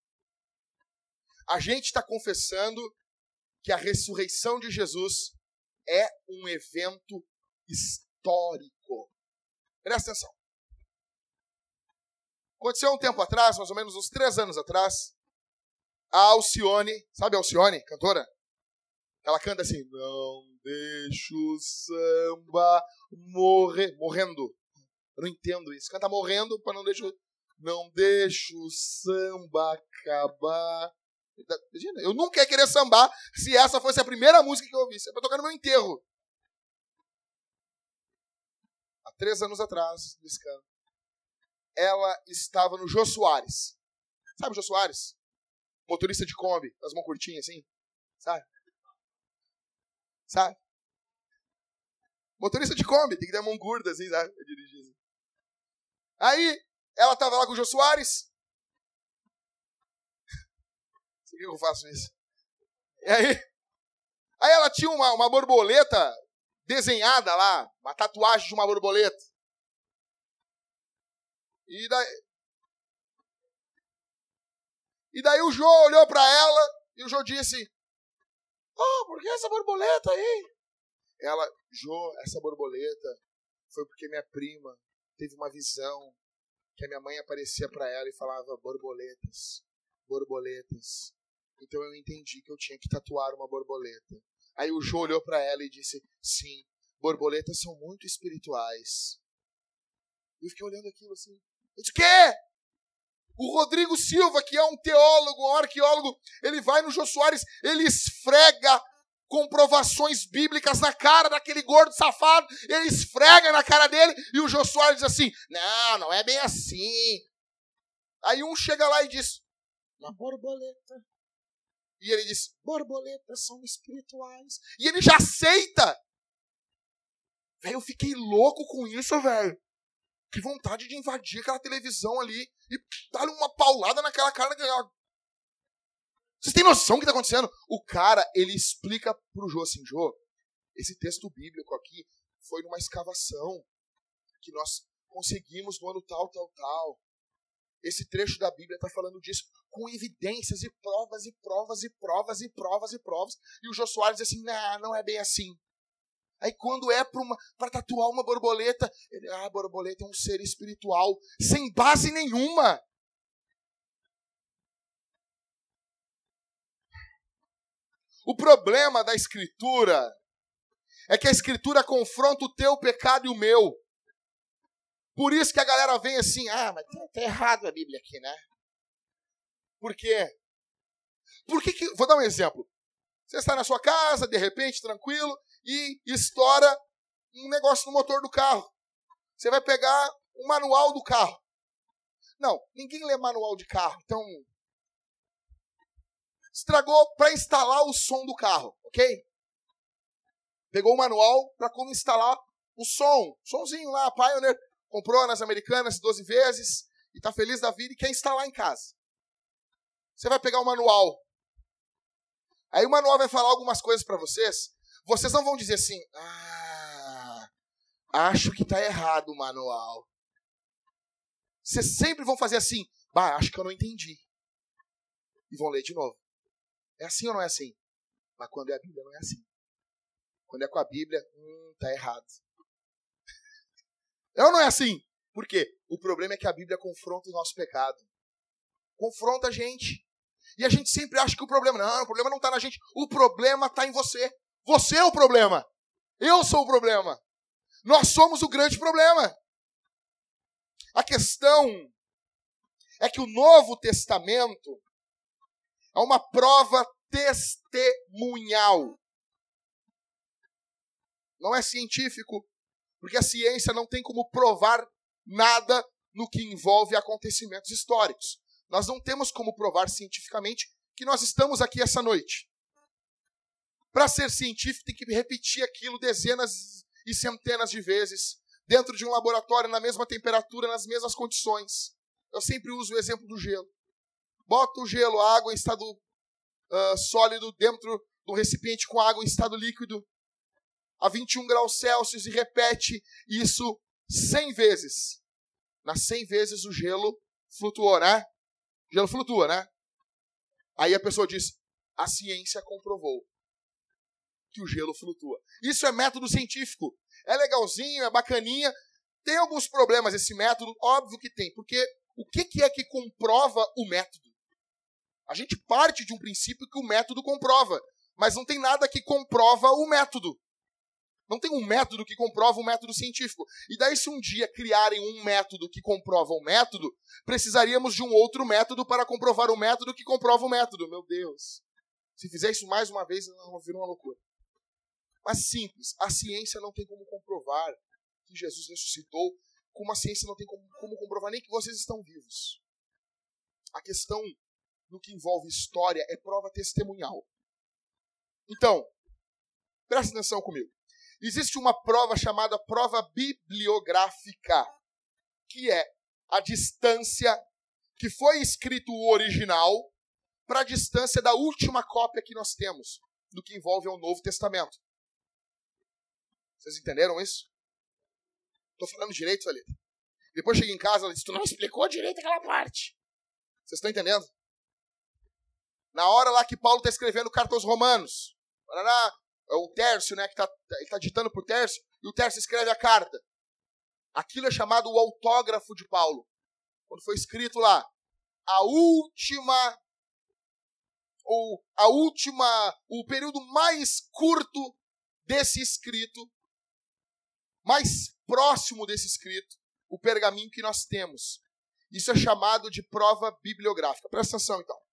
[SPEAKER 9] A gente está confessando que a ressurreição de Jesus é um evento histórico. Presta atenção. Aconteceu um tempo atrás, mais ou menos uns três anos atrás, a Alcione, sabe a Alcione, cantora? Ela canta assim, não deixa o samba morrer, morrendo. Eu não entendo isso. Canta morrendo para não deixar, não deixa o samba acabar. Imagina, eu nunca ia querer sambar se essa fosse a primeira música que eu ouvisse. É para tocar no meu enterro. Há três anos atrás, nesse canto, ela estava no Jô Soares. Sabe o Jô Soares? Motorista de Kombi, as mãos curtinhas assim. Sabe? Sabe? Motorista de Kombi, tem que ter a mão curta assim, sabe? Pra dirigir assim. Aí, ela estava lá com o Jô Soares. Por que eu faço isso? E aí, aí ela tinha uma, uma borboleta desenhada lá, uma tatuagem de uma borboleta. E daí, e daí o Jô olhou para ela e o Jô disse, oh, por que essa borboleta aí? Ela, Jô, essa borboleta foi porque minha prima teve uma visão que a minha mãe aparecia para ela e falava borboletas, borboletas. Então eu entendi que eu tinha que tatuar uma borboleta. Aí o Jô olhou para ela e disse, sim, borboletas são muito espirituais. Eu fiquei olhando aquilo assim. Eu disse, o quê? O Rodrigo Silva, que é um teólogo, um arqueólogo, ele vai no Jô Soares, ele esfrega comprovações bíblicas na cara daquele gordo safado, ele esfrega na cara dele, e o Jô Soares diz assim, não, não é bem assim. Aí um chega lá e diz, uma borboleta. E ele diz, borboletas são espirituais. E ele já aceita. Velho, eu fiquei louco com isso, velho. Que vontade de invadir aquela televisão ali e dar-lhe uma paulada naquela cara. Vocês têm noção do que está acontecendo? O cara, ele explica pro Jô assim, Jô, esse texto bíblico aqui foi numa escavação que nós conseguimos no ano tal, tal, tal. Esse trecho da Bíblia está falando disso com evidências e provas e provas e provas e provas e provas. E o Jô Soares diz assim, não, não é bem assim. Aí quando é para tatuar uma borboleta, ele, ah, a borboleta é um ser espiritual, sem base nenhuma. O problema da Escritura é que a Escritura confronta o teu pecado e o meu. Por isso que a galera vem assim, ah, mas tá, tá errado a Bíblia aqui, né? Por quê? Por que que... Vou dar um exemplo. Você está na sua casa, de repente, tranquilo, e estoura um negócio no motor do carro. Você vai pegar o manual do carro. Não, ninguém lê manual de carro. Então, estragou para instalar o som do carro, ok? Pegou o manual para como instalar o som. Somzinho lá, Pioneer. Comprou nas Americanas doze vezes e está feliz da vida e quer instalar em casa. Você vai pegar o manual. Aí o manual vai falar algumas coisas para vocês. Vocês não vão dizer assim, ah, acho que está errado o manual. Vocês sempre vão fazer assim, bah, acho que eu não entendi. E vão ler de novo. É assim ou não é assim? Mas quando é a Bíblia, não é assim. Quando é com a Bíblia, hum, tá errado. É ou não é assim? Por quê? O problema é que a Bíblia confronta o nosso pecado. Confronta a gente. E a gente sempre acha que o problema... Não, o problema não está na gente. O problema está em você. Você é o problema. Eu sou o problema. Nós somos o grande problema. A questão é que o Novo Testamento é uma prova testemunhal. Não é científico. Porque a ciência não tem como provar nada no que envolve acontecimentos históricos. Nós não temos como provar cientificamente que nós estamos aqui essa noite. Para ser científico, tem que repetir aquilo dezenas e centenas de vezes, dentro de um laboratório, na mesma temperatura, nas mesmas condições. Eu sempre uso o exemplo do gelo. Bota o gelo, a água em estado uh, sólido, dentro de um recipiente com água em estado líquido, a vinte e um graus Celsius, e repete isso cem vezes. Nas cem vezes o gelo flutuou, né? O gelo flutua, né? Aí a pessoa diz, a ciência comprovou que o gelo flutua. Isso é método científico. É legalzinho, é bacaninha. Tem alguns problemas esse método, óbvio que tem. Porque o que é que comprova o método? A gente parte de um princípio que o método comprova. Mas não tem nada que comprova o método. Não tem um método que comprova um método científico. E daí, se um dia criarem um método que comprova o método, precisaríamos de um outro método para comprovar o método que comprova o método. Meu Deus. Se fizer isso mais uma vez, vai virar uma loucura. Mas simples. A ciência não tem como comprovar que Jesus ressuscitou, como a ciência não tem como, como comprovar nem que vocês estão vivos. A questão no que envolve história é prova testemunhal. Então, presta atenção comigo. Existe uma prova chamada prova bibliográfica, que é a distância que foi escrito o original para a distância da última cópia que nós temos, do que envolve o Novo Testamento. Vocês entenderam isso? Estou falando direito, Thalita? Depois cheguei em casa, ela disse, tu não explicou direito aquela parte. Vocês estão entendendo? Na hora lá que Paulo está escrevendo carta aos Romanos, parará, é o Tércio, né, que está tá ditando para o Tércio, e o Tércio escreve a carta. Aquilo é chamado o autógrafo de Paulo. Quando foi escrito lá, a última, ou a última, o período mais curto desse escrito, mais próximo desse escrito, o pergaminho que nós temos. Isso é chamado de prova bibliográfica. Presta atenção, então.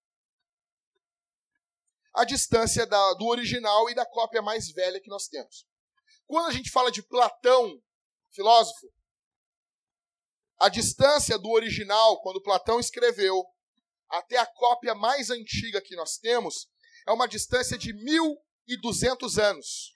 [SPEAKER 9] A distância da, do original e da cópia mais velha que nós temos. Quando a gente fala de Platão, filósofo, a distância do original, quando Platão escreveu, até a cópia mais antiga que nós temos, é uma distância de mil e duzentos anos.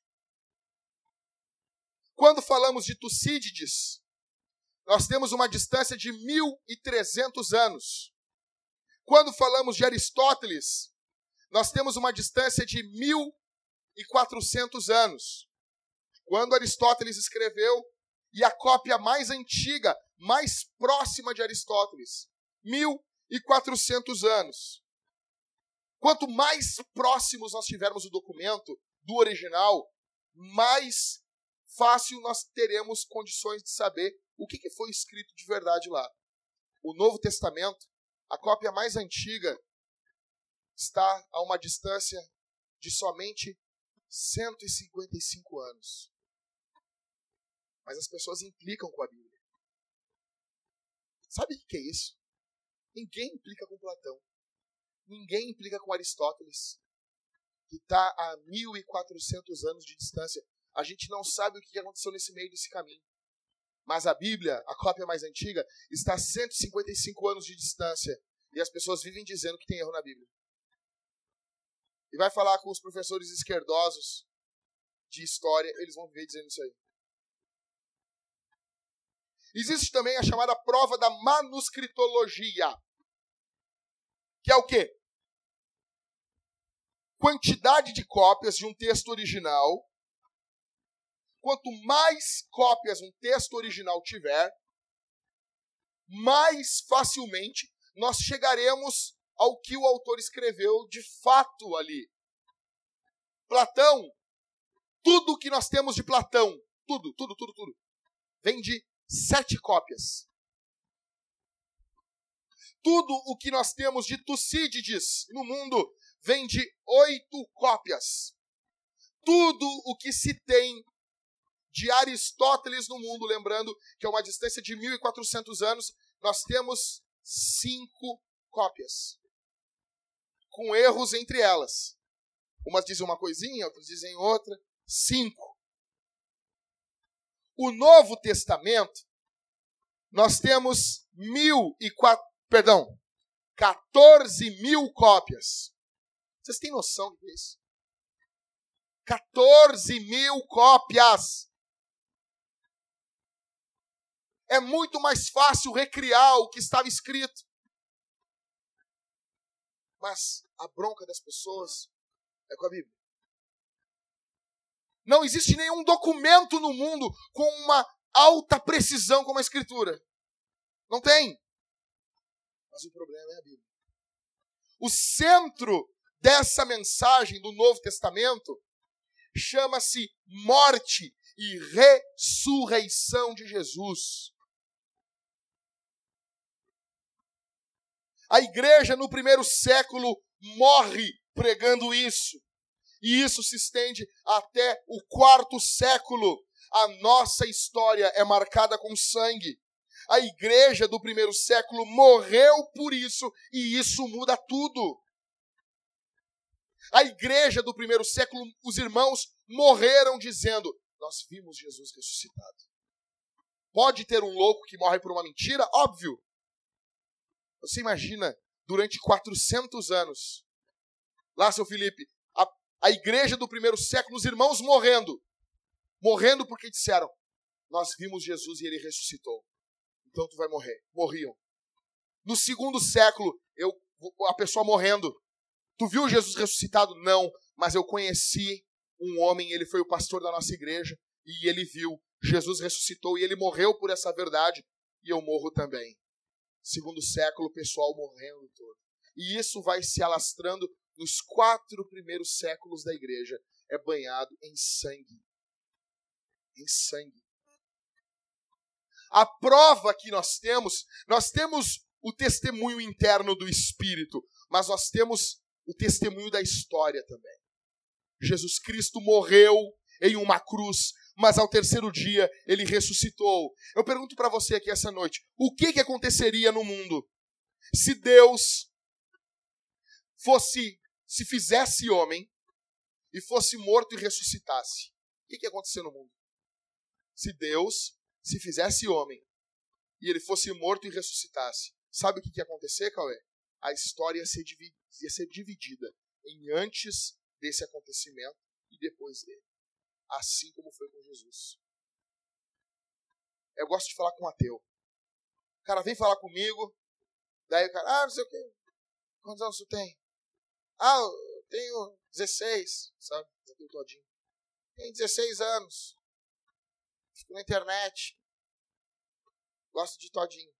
[SPEAKER 9] Quando falamos de Tucídides, nós temos uma distância de mil e trezentos anos. Quando falamos de Aristóteles, nós temos uma distância de mil e quatrocentos anos. Quando Aristóteles escreveu, e a cópia mais antiga, mais próxima de Aristóteles, mil e quatrocentos anos. Quanto mais próximos nós tivermos do documento, do original, mais fácil nós teremos condições de saber o que foi escrito de verdade lá. O Novo Testamento, a cópia mais antiga, está a uma distância de somente cento e cinquenta e cinco anos. Mas as pessoas implicam com a Bíblia. Sabe o que é isso? Ninguém implica com Platão. Ninguém implica com Aristóteles, que está a mil e quatrocentos anos de distância. A gente não sabe o que aconteceu nesse meio desse caminho. Mas a Bíblia, a cópia mais antiga, está a cento e cinquenta e cinco anos de distância. E as pessoas vivem dizendo que tem erro na Bíblia. E vai falar com os professores esquerdosos de história, eles vão viver dizendo isso aí. Existe também a chamada prova da manuscritologia. Que é o quê? Quantidade de cópias de um texto original. Quanto mais cópias um texto original tiver, mais facilmente nós chegaremos ao que o autor escreveu de fato ali. Platão, tudo que nós temos de Platão, tudo, tudo, tudo, tudo, vem de sete cópias. Tudo o que nós temos de Tucídides no mundo vem de oito cópias. Tudo o que se tem de Aristóteles no mundo, lembrando que é uma distância de mil e quatrocentos anos, nós temos cinco cópias. Com erros entre elas. Umas dizem uma coisinha, outras dizem outra. Cinco. O Novo Testamento, nós temos mil e quatro, perdão, quatorze mil cópias. Vocês têm noção do que é isso? quatorze mil cópias. É muito mais fácil recriar o que estava escrito. Mas a bronca das pessoas é com a Bíblia. Não existe nenhum documento no mundo com uma alta precisão como a Escritura. Não tem. Mas o problema é a Bíblia. O centro dessa mensagem do Novo Testamento chama-se morte e ressurreição de Jesus. A igreja no primeiro século morre pregando isso. E isso se estende até o quarto século. A nossa história é marcada com sangue. A igreja do primeiro século morreu por isso e isso muda tudo. A igreja do primeiro século, os irmãos morreram dizendo, nós vimos Jesus ressuscitado. Pode ter um louco que morre por uma mentira? Óbvio. Você imagina, durante quatrocentos anos, lá, seu Felipe, a, a igreja do primeiro século, os irmãos morrendo. Morrendo porque disseram, nós vimos Jesus e ele ressuscitou. Então tu vai morrer. Morriam. No segundo século, eu, a pessoa morrendo. Tu viu Jesus ressuscitado? Não, mas eu conheci um homem, ele foi o pastor da nossa igreja, e ele viu, Jesus ressuscitou, e ele morreu por essa verdade, e eu morro também. Segundo século, o pessoal morrendo todo. E isso vai se alastrando nos quatro primeiros séculos da igreja. É banhado em sangue. Em sangue. A prova que nós temos, nós temos o testemunho interno do Espírito, mas nós temos o testemunho da história também. Jesus Cristo morreu em uma cruz mas ao terceiro dia ele ressuscitou. Eu pergunto para você aqui essa noite, o que, que aconteceria no mundo se Deus fosse, se fizesse homem e fosse morto e ressuscitasse? O que, que ia acontecer no mundo? Se Deus se fizesse homem e ele fosse morto e ressuscitasse, sabe o que, que ia acontecer, Cauê? A história ia ser, dividida, ia ser dividida em antes desse acontecimento e depois dele. Assim como foi com Jesus. Eu gosto de falar com um ateu. O cara vem falar comigo, daí o cara, ah, não sei o quê. Quantos anos você tem? Ah, eu tenho dezesseis, sabe? Eu tenho todinho. Tenho dezesseis anos. Fico na internet. Gosto de todinho.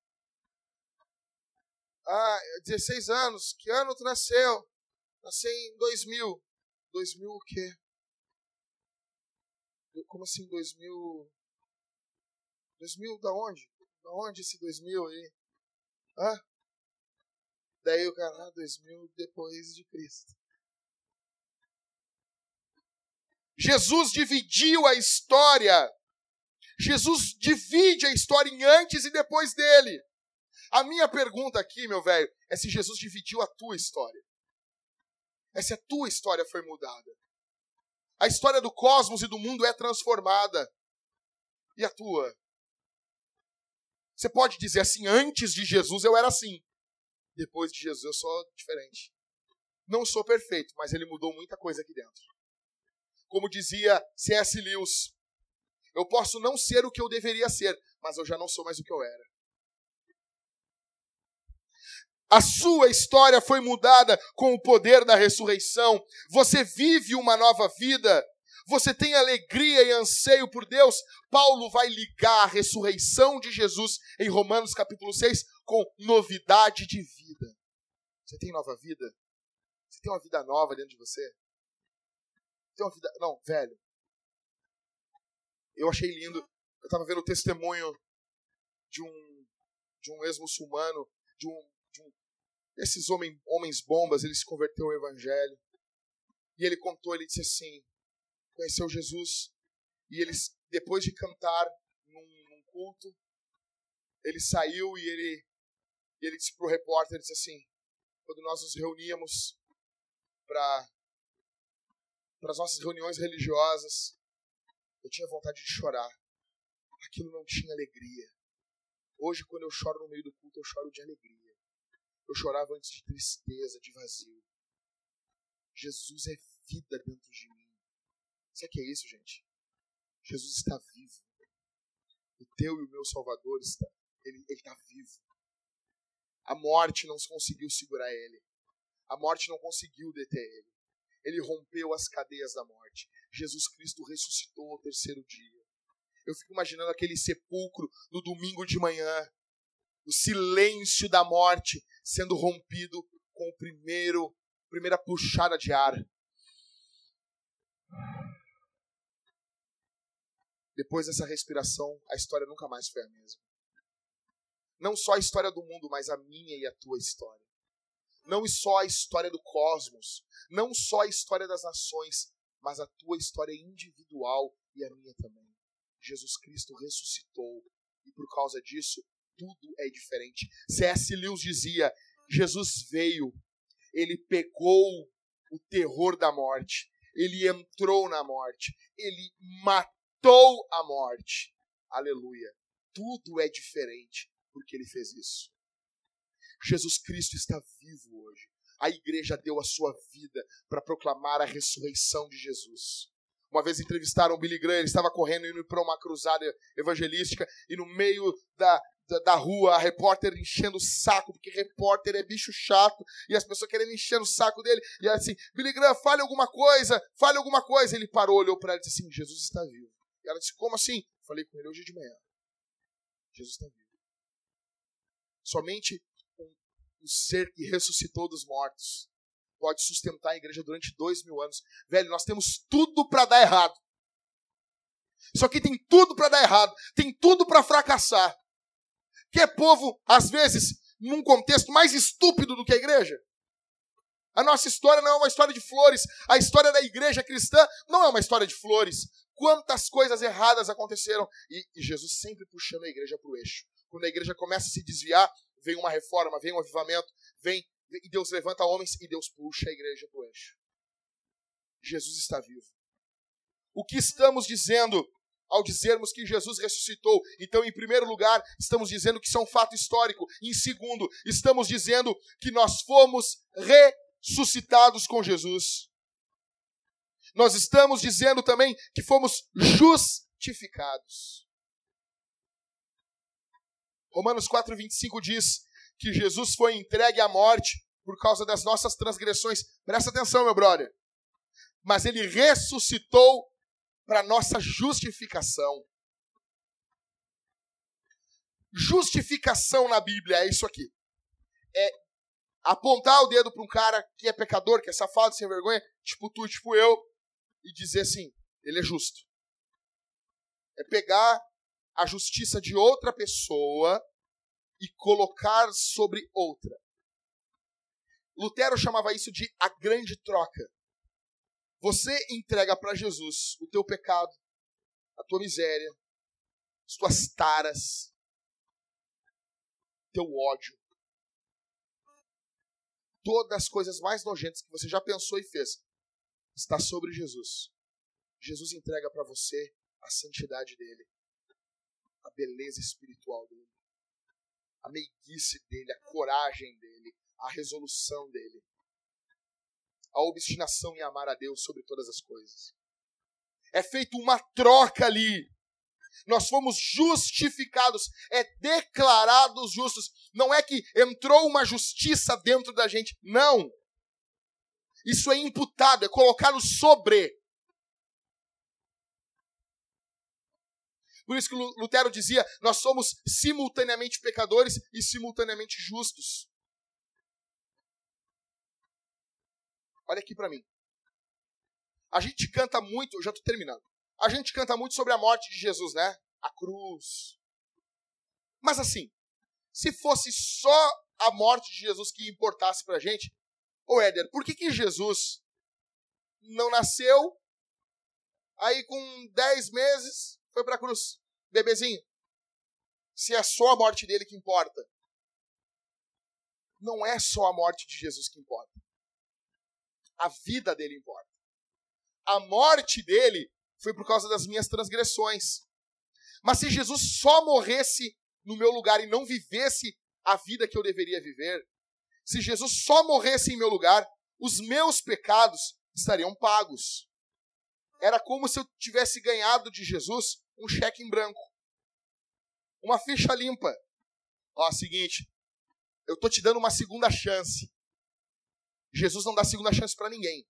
[SPEAKER 9] Ah, dezesseis anos. Que ano tu nasceu? Nasci em dois mil. dois mil o quê? Como assim dois mil? dois mil da onde? Da onde esse dois mil aí? Hã? Daí o cara, ah, dois mil depois de Cristo. Jesus dividiu a história. Jesus divide a história em antes e depois dele. A minha pergunta aqui, meu velho, é se Jesus dividiu a tua história. É se a tua história foi mudada. A história do cosmos e do mundo é transformada. E a tua? Você pode dizer assim, antes de Jesus eu era assim. Depois de Jesus eu sou diferente. Não sou perfeito, mas ele mudou muita coisa aqui dentro. Como dizia C S Lewis, eu posso não ser o que eu deveria ser, mas eu já não sou mais o que eu era. A sua história foi mudada com o poder da ressurreição. Você vive uma nova vida. Você tem alegria e anseio por Deus. Paulo vai ligar a ressurreição de Jesus em Romanos capítulo seis com novidade de vida. Você tem nova vida? Você tem uma vida nova dentro de você? Tem uma vida... Não, velho. Eu achei lindo. Eu estava vendo o testemunho de um, de um ex-muçulmano, de um esses homens, homens bombas, ele se converteu ao evangelho. E ele contou, ele disse assim, conheceu Jesus, e eles, depois de cantar num, num culto, ele saiu e ele, e ele disse para o repórter, ele disse assim, quando nós nos reuníamos para as nossas reuniões religiosas, eu tinha vontade de chorar. Aquilo não tinha alegria. Hoje, quando eu choro no meio do culto, eu choro de alegria. Eu chorava antes de tristeza, de vazio. Jesus é vida dentro de mim. Sabe o que é isso, gente? Jesus está vivo. O teu e o meu Salvador, está, ele está vivo. A morte não conseguiu segurar ele. A morte não conseguiu deter ele. Ele rompeu as cadeias da morte. Jesus Cristo ressuscitou ao terceiro dia. Eu fico imaginando aquele sepulcro no domingo de manhã. O silêncio da morte sendo rompido com o primeiro, primeira puxada de ar. Depois dessa respiração, a história nunca mais foi a mesma. Não só a história do mundo, mas a minha e a tua história. Não só a história do cosmos, não só a história das nações, mas a tua história individual e a minha também. Jesus Cristo ressuscitou e por causa disso, tudo é diferente. C S Lewis dizia, Jesus veio, ele pegou o terror da morte, ele entrou na morte, ele matou a morte. Aleluia. Tudo é diferente porque ele fez isso. Jesus Cristo está vivo hoje. A igreja deu a sua vida para proclamar a ressurreição de Jesus. Uma vez entrevistaram o Billy Graham, ele estava correndo indo para uma cruzada evangelística e no meio da Da, da rua, a repórter enchendo o saco, porque repórter é bicho chato, e as pessoas querendo encher o saco dele, e ela assim, Billy Graham, fale alguma coisa, fale alguma coisa. Ele parou, olhou para ela e disse assim, Jesus está vivo. E ela disse, como assim? Falei com ele hoje de manhã. Jesus está vivo. Somente um, um ser que ressuscitou dos mortos pode sustentar a igreja durante dois mil anos. Velho, nós temos tudo para dar errado. Isso aqui tem tudo para dar errado, tem tudo para fracassar. Que é povo, às vezes, num contexto mais estúpido do que a igreja? A nossa história não é uma história de flores. A história da igreja cristã não é uma história de flores. Quantas coisas erradas aconteceram. E, e Jesus sempre puxando a igreja para o eixo. Quando a igreja começa a se desviar, vem uma reforma, vem um avivamento, vem, e Deus levanta homens e Deus puxa a igreja para o eixo. Jesus está vivo. O que estamos dizendo ao dizermos que Jesus ressuscitou? Então, em primeiro lugar, estamos dizendo que isso é um fato histórico. Em segundo, estamos dizendo que nós fomos ressuscitados com Jesus. Nós estamos dizendo também que fomos justificados. Romanos quatro, vinte e cinco diz que Jesus foi entregue à morte por causa das nossas transgressões. Presta atenção, meu brother. Mas ele ressuscitou para nossa justificação. Justificação na Bíblia é isso aqui. É apontar o dedo para um cara que é pecador, que é safado, sem vergonha, tipo tu, tipo eu, e dizer assim, ele é justo. É pegar a justiça de outra pessoa e colocar sobre outra. Lutero chamava isso de a grande troca. Você entrega para Jesus o teu pecado, a tua miséria, as tuas taras, teu ódio. Todas as coisas mais nojentas que você já pensou e fez, está sobre Jesus. Jesus entrega para você a santidade dele, a beleza espiritual dele, a meiguice dele, a coragem dele, a resolução dele, a obstinação em amar a Deus sobre todas as coisas. É feita uma troca ali. Nós fomos justificados, é declarados justos. Não é que entrou uma justiça dentro da gente, não. Isso é imputado, é colocado sobre. Por isso que Lutero dizia, nós somos simultaneamente pecadores e simultaneamente justos. Olha aqui para mim. A gente canta muito, eu já estou terminando. A gente canta muito sobre a morte de Jesus, né? A cruz. Mas assim, se fosse só a morte de Jesus que importasse pra gente, ô Éder, por que que Jesus não nasceu, aí com dez meses foi pra cruz? Bebezinho. Se é só a morte dele que importa. Não é só a morte de Jesus que importa. A vida dele importa. A morte dele foi por causa das minhas transgressões. Mas se Jesus só morresse no meu lugar e não vivesse a vida que eu deveria viver, se Jesus só morresse em meu lugar, os meus pecados estariam pagos. Era como se eu tivesse ganhado de Jesus um cheque em branco. Uma ficha limpa. Ó, seguinte, eu estou te dando uma segunda chance. Jesus não dá segunda chance para ninguém.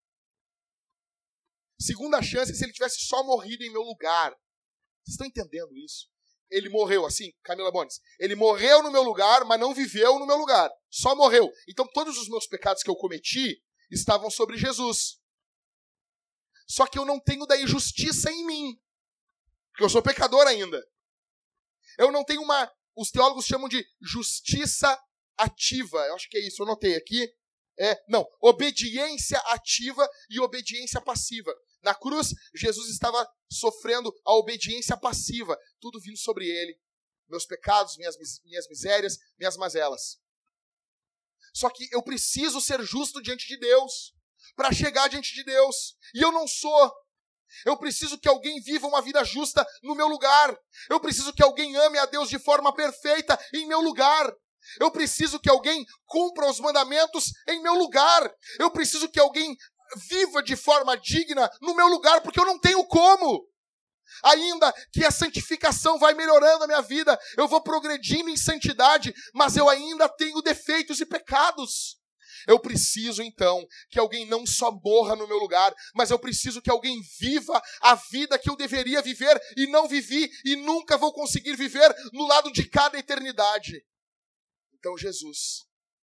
[SPEAKER 9] Segunda chance é se ele tivesse só morrido em meu lugar. Vocês estão entendendo isso? Ele morreu assim, Camila Bones. Ele morreu no meu lugar, mas não viveu no meu lugar. Só morreu. Então todos os meus pecados que eu cometi estavam sobre Jesus. Só que eu não tenho daí justiça em mim. Porque eu sou pecador ainda. Eu não tenho uma... Os teólogos chamam de justiça ativa. Eu acho que é isso, eu anotei aqui. É, não, obediência ativa e obediência passiva. Na cruz, Jesus estava sofrendo a obediência passiva, tudo vindo sobre ele. Meus pecados, minhas, minhas misérias, minhas mazelas. Só que eu preciso ser justo diante de Deus, para chegar diante de Deus. E eu não sou. Eu preciso que alguém viva uma vida justa no meu lugar. Eu preciso que alguém ame a Deus de forma perfeita em meu lugar. Eu preciso que alguém cumpra os mandamentos em meu lugar. Eu preciso que alguém viva de forma digna no meu lugar, porque eu não tenho como. Ainda que a santificação vai melhorando a minha vida, eu vou progredindo em santidade, mas eu ainda tenho defeitos e pecados. Eu preciso, então, que alguém não só morra no meu lugar, mas eu preciso que alguém viva a vida que eu deveria viver e não vivi e nunca vou conseguir viver no lado de cada eternidade. Então Jesus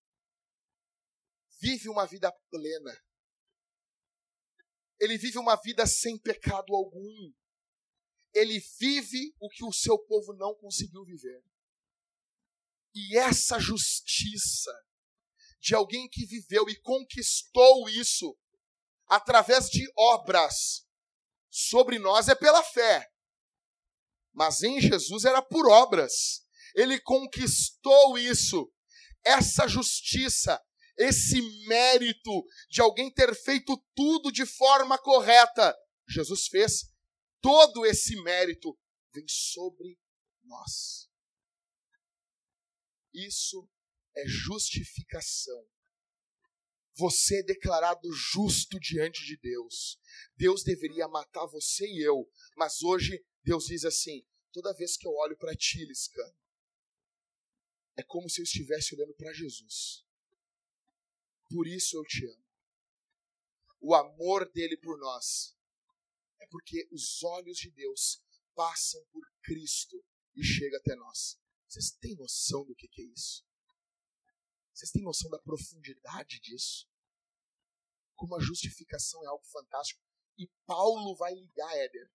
[SPEAKER 9] vive uma vida plena. Ele vive uma vida sem pecado algum. Ele vive o que o seu povo não conseguiu viver. E essa justiça de alguém que viveu e conquistou isso através de obras sobre nós é pela fé. Mas em Jesus era por obras. Ele conquistou isso, essa justiça, esse mérito de alguém ter feito tudo de forma correta. Jesus fez, todo esse mérito vem sobre nós. Isso é justificação. Você é declarado justo diante de Deus. Deus deveria matar você e eu, mas hoje Deus diz assim: toda vez que eu olho para ti, Liscano, é como se eu estivesse olhando para Jesus. Por isso eu te amo. O amor dele por nós é porque os olhos de Deus passam por Cristo e chegam até nós. Vocês têm noção do que é isso? Vocês têm noção da profundidade disso? Como a justificação é algo fantástico. E Paulo vai ligar, Éder.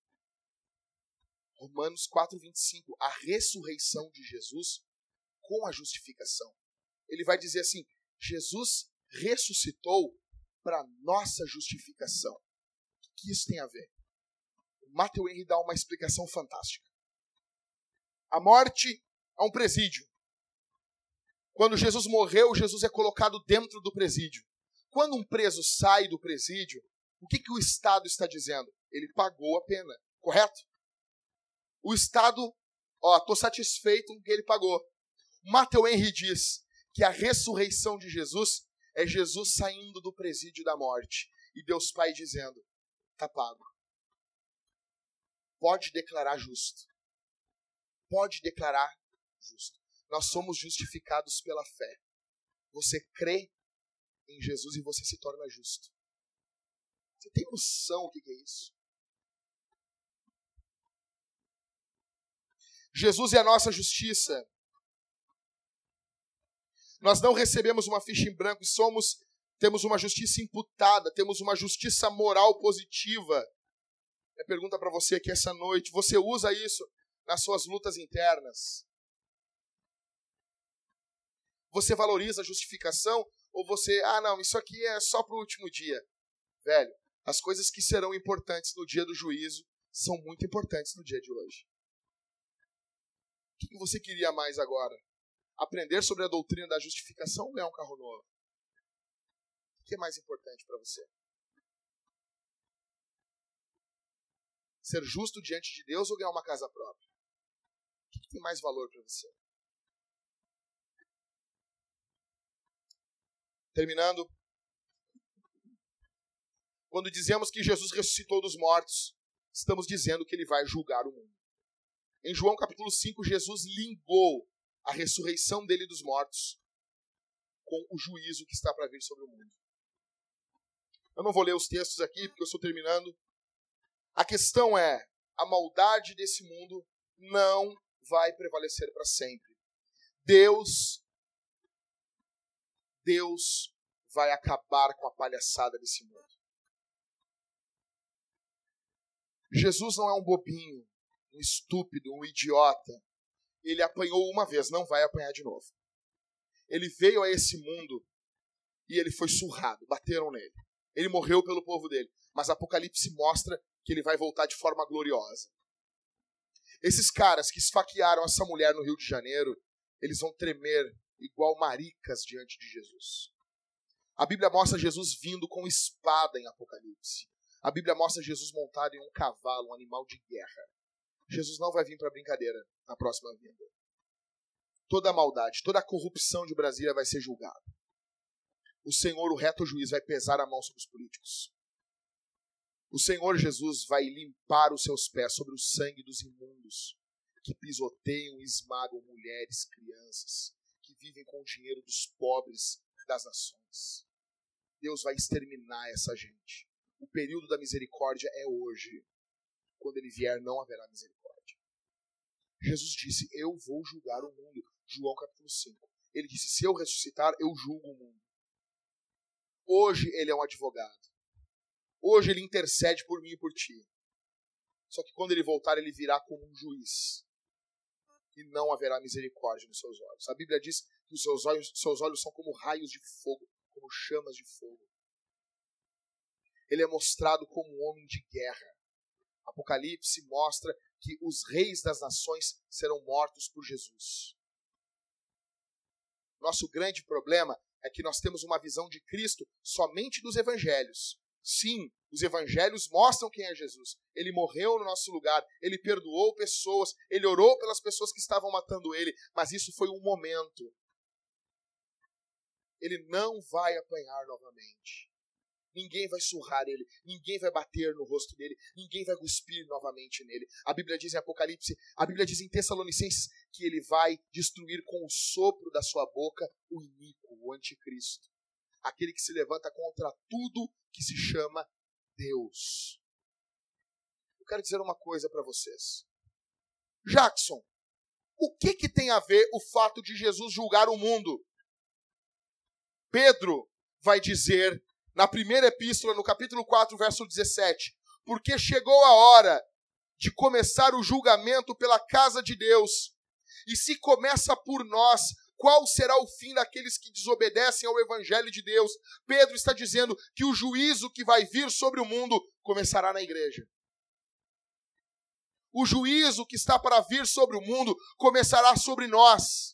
[SPEAKER 9] Romanos quatro, vinte e cinco. A ressurreição de Jesus com a justificação. Ele vai dizer assim: Jesus ressuscitou para nossa justificação. O que isso tem a ver? O Matthew Henry dá uma explicação fantástica. A morte é um presídio. Quando Jesus morreu, Jesus é colocado dentro do presídio. Quando um preso sai do presídio, o que, que o Estado está dizendo? Ele pagou a pena, correto? O Estado, ó, estou satisfeito com o que ele pagou. Matthew Henry diz que a ressurreição de Jesus é Jesus saindo do presídio da morte e Deus Pai dizendo: está pago. Pode declarar justo. Pode declarar justo. Nós somos justificados pela fé. Você crê em Jesus e você se torna justo. Você tem noção do que é isso? Jesus é a nossa justiça. Nós não recebemos uma ficha em branco e somos, temos uma justiça imputada, temos uma justiça moral positiva. Minha pergunta para você aqui essa noite: você usa isso nas suas lutas internas? Você valoriza a justificação? Ou você, ah não, isso aqui é só para o último dia? Velho, as coisas que serão importantes no dia do juízo são muito importantes no dia de hoje. O que você queria mais agora? Aprender sobre a doutrina da justificação ou ganhar um carro novo? O que é mais importante para você? Ser justo diante de Deus ou ganhar uma casa própria? O que tem mais valor para você? Terminando, quando dizemos que Jesus ressuscitou dos mortos, estamos dizendo que ele vai julgar o mundo. Em João capítulo cinco, Jesus ligou a ressurreição dele dos mortos com o juízo que está para vir sobre o mundo. Eu não vou ler os textos aqui, porque eu estou terminando. A questão é, a maldade desse mundo não vai prevalecer para sempre. Deus Deus vai acabar com a palhaçada desse mundo. Jesus não é um bobinho, um estúpido, um idiota. Ele apanhou uma vez, não vai apanhar de novo. Ele veio a esse mundo e ele foi surrado, bateram nele. Ele morreu pelo povo dele, mas Apocalipse mostra que ele vai voltar de forma gloriosa. Esses caras que esfaquearam essa mulher no Rio de Janeiro, eles vão tremer igual maricas diante de Jesus. A Bíblia mostra Jesus vindo com espada em Apocalipse. A Bíblia mostra Jesus montado em um cavalo, um animal de guerra. Jesus não vai vir para brincadeira na próxima vinda. Toda a maldade, toda a corrupção de Brasília vai ser julgada. O Senhor, o reto juiz, vai pesar a mão sobre os políticos. O Senhor Jesus vai limpar os seus pés sobre o sangue dos imundos que pisoteiam e esmagam mulheres, crianças, que vivem com o dinheiro dos pobres das nações. Deus vai exterminar essa gente. O período da misericórdia é hoje. Quando ele vier, não haverá misericórdia. Jesus disse: eu vou julgar o mundo. João capítulo cinco. Ele disse: se eu ressuscitar, eu julgo o mundo. Hoje ele é um advogado. Hoje ele intercede por mim e por ti. Só que quando ele voltar, ele virá como um juiz. e não haverá misericórdia nos seus olhos. A Bíblia diz que os seus olhos, seus olhos são como raios de fogo, como chamas de fogo. Ele é mostrado como um homem de guerra. Apocalipse mostra que os reis das nações serão mortos por Jesus. Nosso grande problema é que nós temos uma visão de Cristo somente dos evangelhos. Sim, os evangelhos mostram quem é Jesus. Ele morreu no nosso lugar, ele perdoou pessoas, ele orou pelas pessoas que estavam matando ele, mas isso foi um momento. Ele não vai apanhar novamente. Ninguém vai surrar ele, ninguém vai bater no rosto dele, ninguém vai cuspir novamente nele. A Bíblia diz em Apocalipse, a Bíblia diz em Tessalonicenses que ele vai destruir com o sopro da sua boca o iníquo, o anticristo. Aquele que se levanta contra tudo que se chama Deus. Eu quero dizer uma coisa para vocês. Jackson, o que, que tem a ver o fato de Jesus julgar o mundo? Pedro vai dizer na primeira epístola, no capítulo quatro, verso dezessete, porque chegou a hora de começar o julgamento pela casa de Deus. E se começa por nós, qual será o fim daqueles que desobedecem ao evangelho de Deus? Pedro está dizendo que o juízo que vai vir sobre o mundo começará na igreja. O juízo que está para vir sobre o mundo começará sobre nós.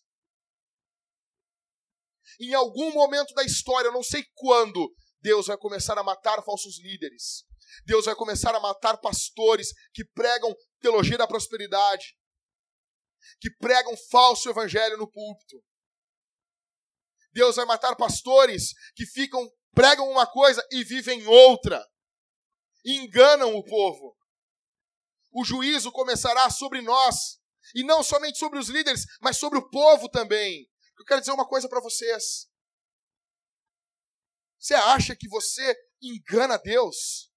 [SPEAKER 9] Em algum momento da história, eu não sei quando, Deus vai começar a matar falsos líderes. Deus vai começar a matar pastores que pregam teologia da prosperidade, que pregam falso evangelho no púlpito. Deus vai matar pastores que ficam, pregam uma coisa e vivem outra. E enganam o povo. O juízo começará sobre nós. E não somente sobre os líderes, mas sobre o povo também. Eu quero dizer uma coisa para vocês. Você acha que você engana Deus?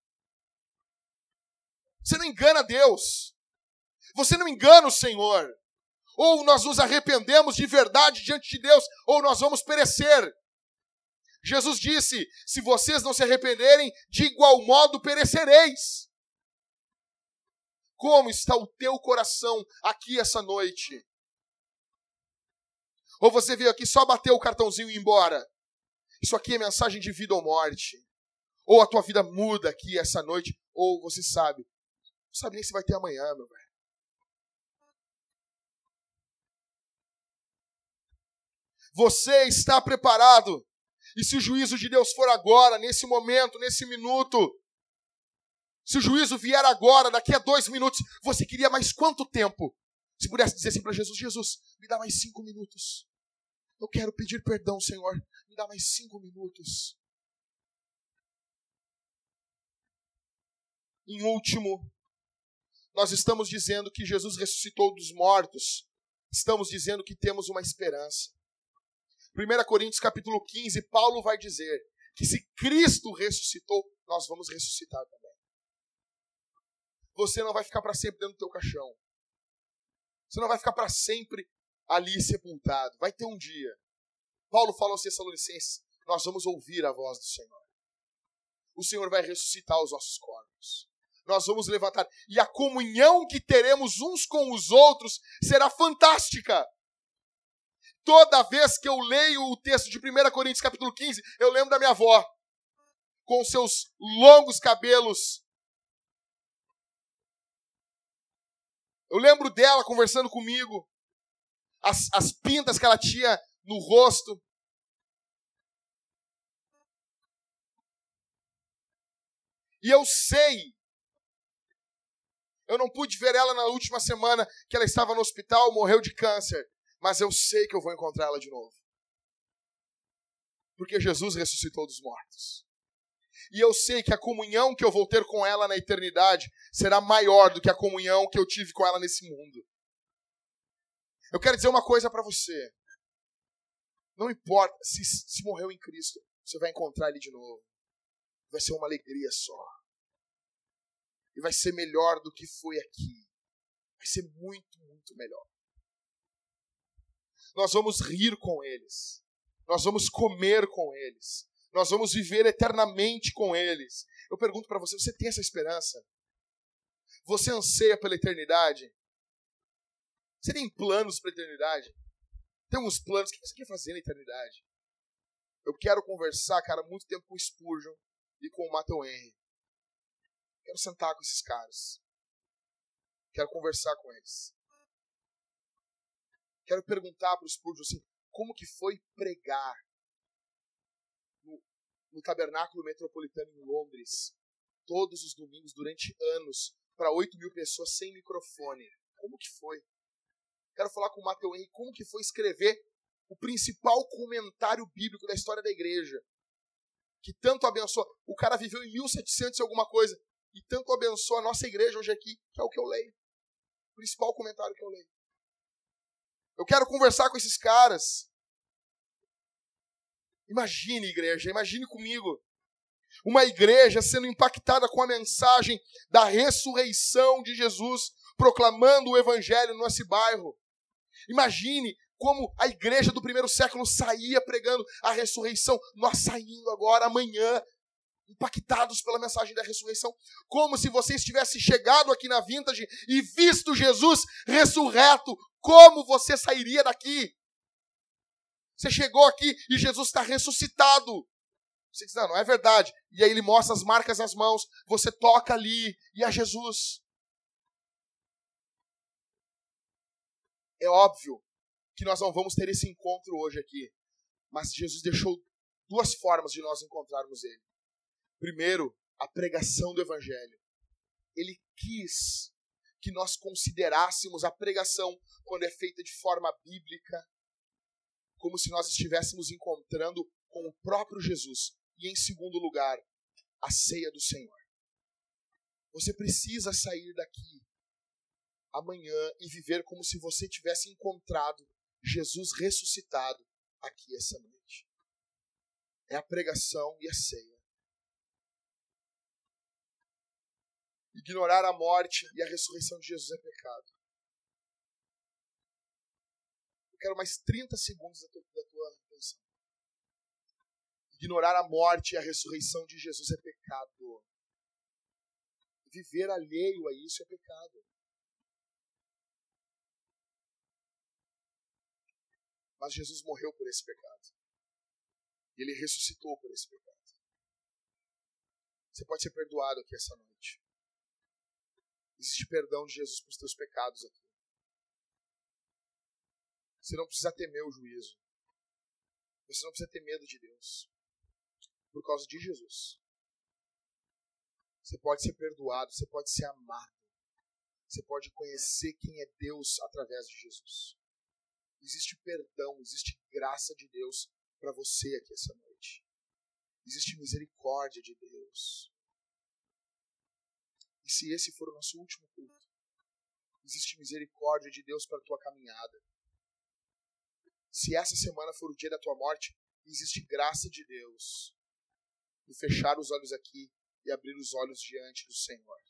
[SPEAKER 9] Você não engana Deus. Você não engana o Senhor. Ou nós nos arrependemos de verdade diante de Deus, ou nós vamos perecer. Jesus disse, se vocês não se arrependerem, de igual modo perecereis. Como está o teu coração aqui essa noite? Ou você veio aqui só bater o cartãozinho e ir embora? Isso aqui é mensagem de vida ou morte. Ou a tua vida muda aqui essa noite, ou você sabe. Não sabe nem se vai ter amanhã, meu velho. Você está preparado. E se o juízo de Deus for agora, nesse momento, nesse minuto, se o juízo vier agora, daqui a dois minutos, você queria mais quanto tempo? Se pudesse dizer assim para Jesus, Jesus, me dá mais cinco minutos. Eu quero pedir perdão, Senhor. Me dá mais cinco minutos. Em último, nós estamos dizendo que Jesus ressuscitou dos mortos. Estamos dizendo que temos uma esperança. primeira Coríntios capítulo quinze, Paulo vai dizer que se Cristo ressuscitou, nós vamos ressuscitar também. Você não vai ficar para sempre dentro do teu caixão. Você não vai ficar para sempre ali sepultado. Vai ter um dia. Paulo fala aos Tessalonicenses, nós vamos ouvir a voz do Senhor. O Senhor vai ressuscitar os nossos corpos. Nós vamos levantar. E a comunhão que teremos uns com os outros será fantástica. Toda vez que eu leio o texto de primeira Coríntios capítulo quinze, eu lembro da minha avó, com seus longos cabelos. Eu lembro dela conversando comigo, as, as pintas que ela tinha no rosto. E eu sei, eu não pude ver ela na última semana que ela estava no hospital, morreu de câncer. Mas eu sei que eu vou encontrar ela de novo. Porque Jesus ressuscitou dos mortos. E eu sei que a comunhão que eu vou ter com ela na eternidade será maior do que a comunhão que eu tive com ela nesse mundo. Eu quero dizer uma coisa para você. Não importa se, se morreu em Cristo, você vai encontrar ele de novo. Vai ser uma alegria só. E vai ser melhor do que foi aqui. Vai ser muito, muito melhor. Nós vamos rir com eles. Nós vamos comer com eles. Nós vamos viver eternamente com eles. Eu pergunto para você, você tem essa esperança? Você anseia pela eternidade? Você tem planos para a eternidade? Tem uns planos. O que você quer fazer na eternidade? Eu quero conversar, cara, muito tempo com o Spurgeon e com o Matthew Henry. Quero sentar com esses caras. Quero conversar com eles. Quero perguntar para o Spurgeon assim, como que foi pregar no, no Tabernáculo Metropolitano em Londres, todos os domingos, durante anos, para oito mil pessoas sem microfone. Como que foi? Quero falar com o Matthew Henry como que foi escrever o principal comentário bíblico da história da igreja, que tanto abençoa. O cara viveu em mil e setecentos e alguma coisa, e tanto abençoa a nossa igreja hoje aqui, que é o que eu leio. O principal comentário que eu leio. Eu quero conversar com esses caras. Imagine, igreja, imagine comigo. Uma igreja sendo impactada com a mensagem da ressurreição de Jesus, proclamando o evangelho no nosso bairro. Imagine como a igreja do primeiro século saía pregando a ressurreição, nós saindo agora, amanhã, impactados pela mensagem da ressurreição, como se você estivesse chegado aqui na Vintage e visto Jesus ressurreto, como você sairia daqui? Você chegou aqui e Jesus está ressuscitado. Você diz, não, não é verdade. E aí ele mostra as marcas nas mãos, você toca ali e é Jesus. É óbvio que nós não vamos ter esse encontro hoje aqui, mas Jesus deixou duas formas de nós encontrarmos ele. Primeiro, a pregação do evangelho. Ele quis que nós considerássemos a pregação, quando é feita de forma bíblica, como se nós estivéssemos encontrando com o próprio Jesus. E em segundo lugar, a ceia do Senhor. Você precisa sair daqui amanhã e viver como se você tivesse encontrado Jesus ressuscitado aqui essa noite. É a pregação e a ceia. Ignorar a morte e a ressurreição de Jesus é pecado. Eu quero mais trinta segundos da tua, da tua atenção. Ignorar a morte e a ressurreição de Jesus é pecado. Viver alheio a isso é pecado. Mas Jesus morreu por esse pecado. E ele ressuscitou por esse pecado. Você pode ser perdoado aqui essa noite. Existe perdão de Jesus para os teus pecados aqui. Você não precisa temer o juízo. Você não precisa ter medo de Deus. Por causa de Jesus. Você pode ser perdoado, você pode ser amado. Você pode conhecer quem é Deus através de Jesus. Existe perdão, existe graça de Deus para você aqui essa noite. Existe misericórdia de Deus. E se esse for o nosso último culto, existe misericórdia de Deus para a tua caminhada. Se essa semana for o dia da tua morte, existe graça de Deus em fechar os olhos aqui e abrir os olhos diante do Senhor.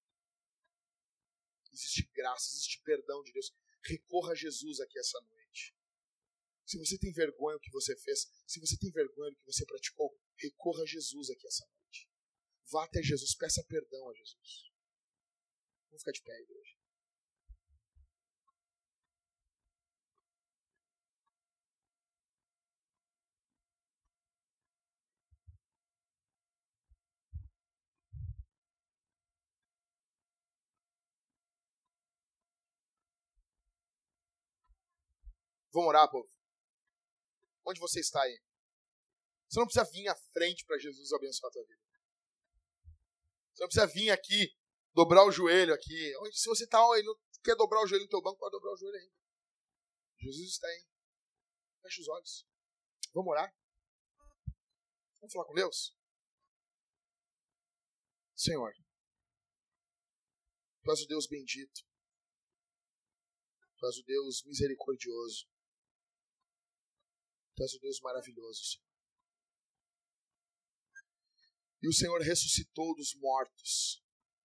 [SPEAKER 9] Existe graça, existe perdão de Deus. Recorra a Jesus aqui essa noite. Se você tem vergonha do que você fez, se você tem vergonha do que você praticou, recorra a Jesus aqui essa noite. Vá até Jesus, peça perdão a Jesus. Vamos ficar de pé, igreja. Vamos orar, povo. Onde você está aí? Você não precisa vir à frente para Jesus abençoar a tua vida. Você não precisa vir aqui, dobrar o joelho aqui. Onde, se você está aí, não quer dobrar o joelho no teu banco, pode dobrar o joelho aí. Jesus está aí. Fecha os olhos. Vamos orar? Vamos falar com Deus? Senhor, Tu és o Deus bendito. Tu és o Deus misericordioso. Tu és o Deus maravilhoso, Senhor. E o Senhor ressuscitou dos mortos.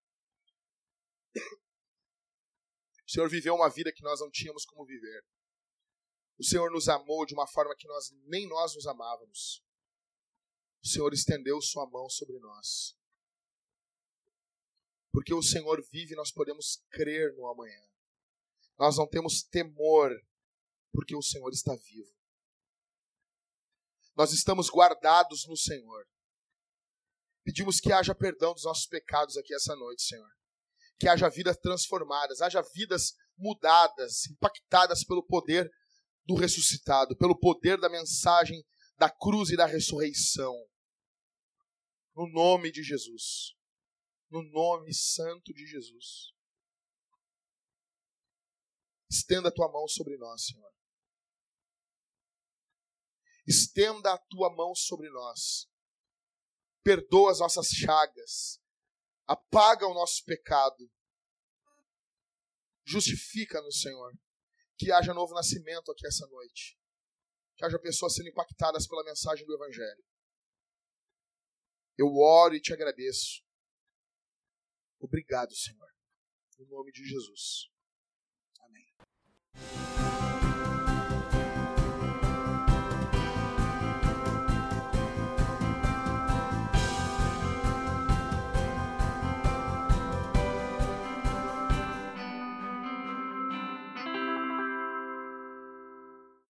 [SPEAKER 9] O Senhor viveu uma vida que nós não tínhamos como viver. O Senhor nos amou de uma forma que nós nem nós nos amávamos. O Senhor estendeu sua mão sobre nós. Porque o Senhor vive, nós podemos crer no amanhã. Nós não temos temor, porque o Senhor está vivo. Nós estamos guardados no Senhor. Pedimos que haja perdão dos nossos pecados aqui essa noite, Senhor. Que haja vidas transformadas, haja vidas mudadas, impactadas pelo poder do ressuscitado, pelo poder da mensagem da cruz e da ressurreição. No nome de Jesus. No nome santo de Jesus. Estenda a tua mão sobre nós, Senhor. Estenda a tua mão sobre nós. Perdoa as nossas chagas. Apaga o nosso pecado. Justifica-nos, Senhor. Que haja novo nascimento aqui essa noite. Que haja pessoas sendo impactadas pela mensagem do Evangelho. Eu oro e te agradeço. Obrigado, Senhor. Em nome de Jesus. Amém.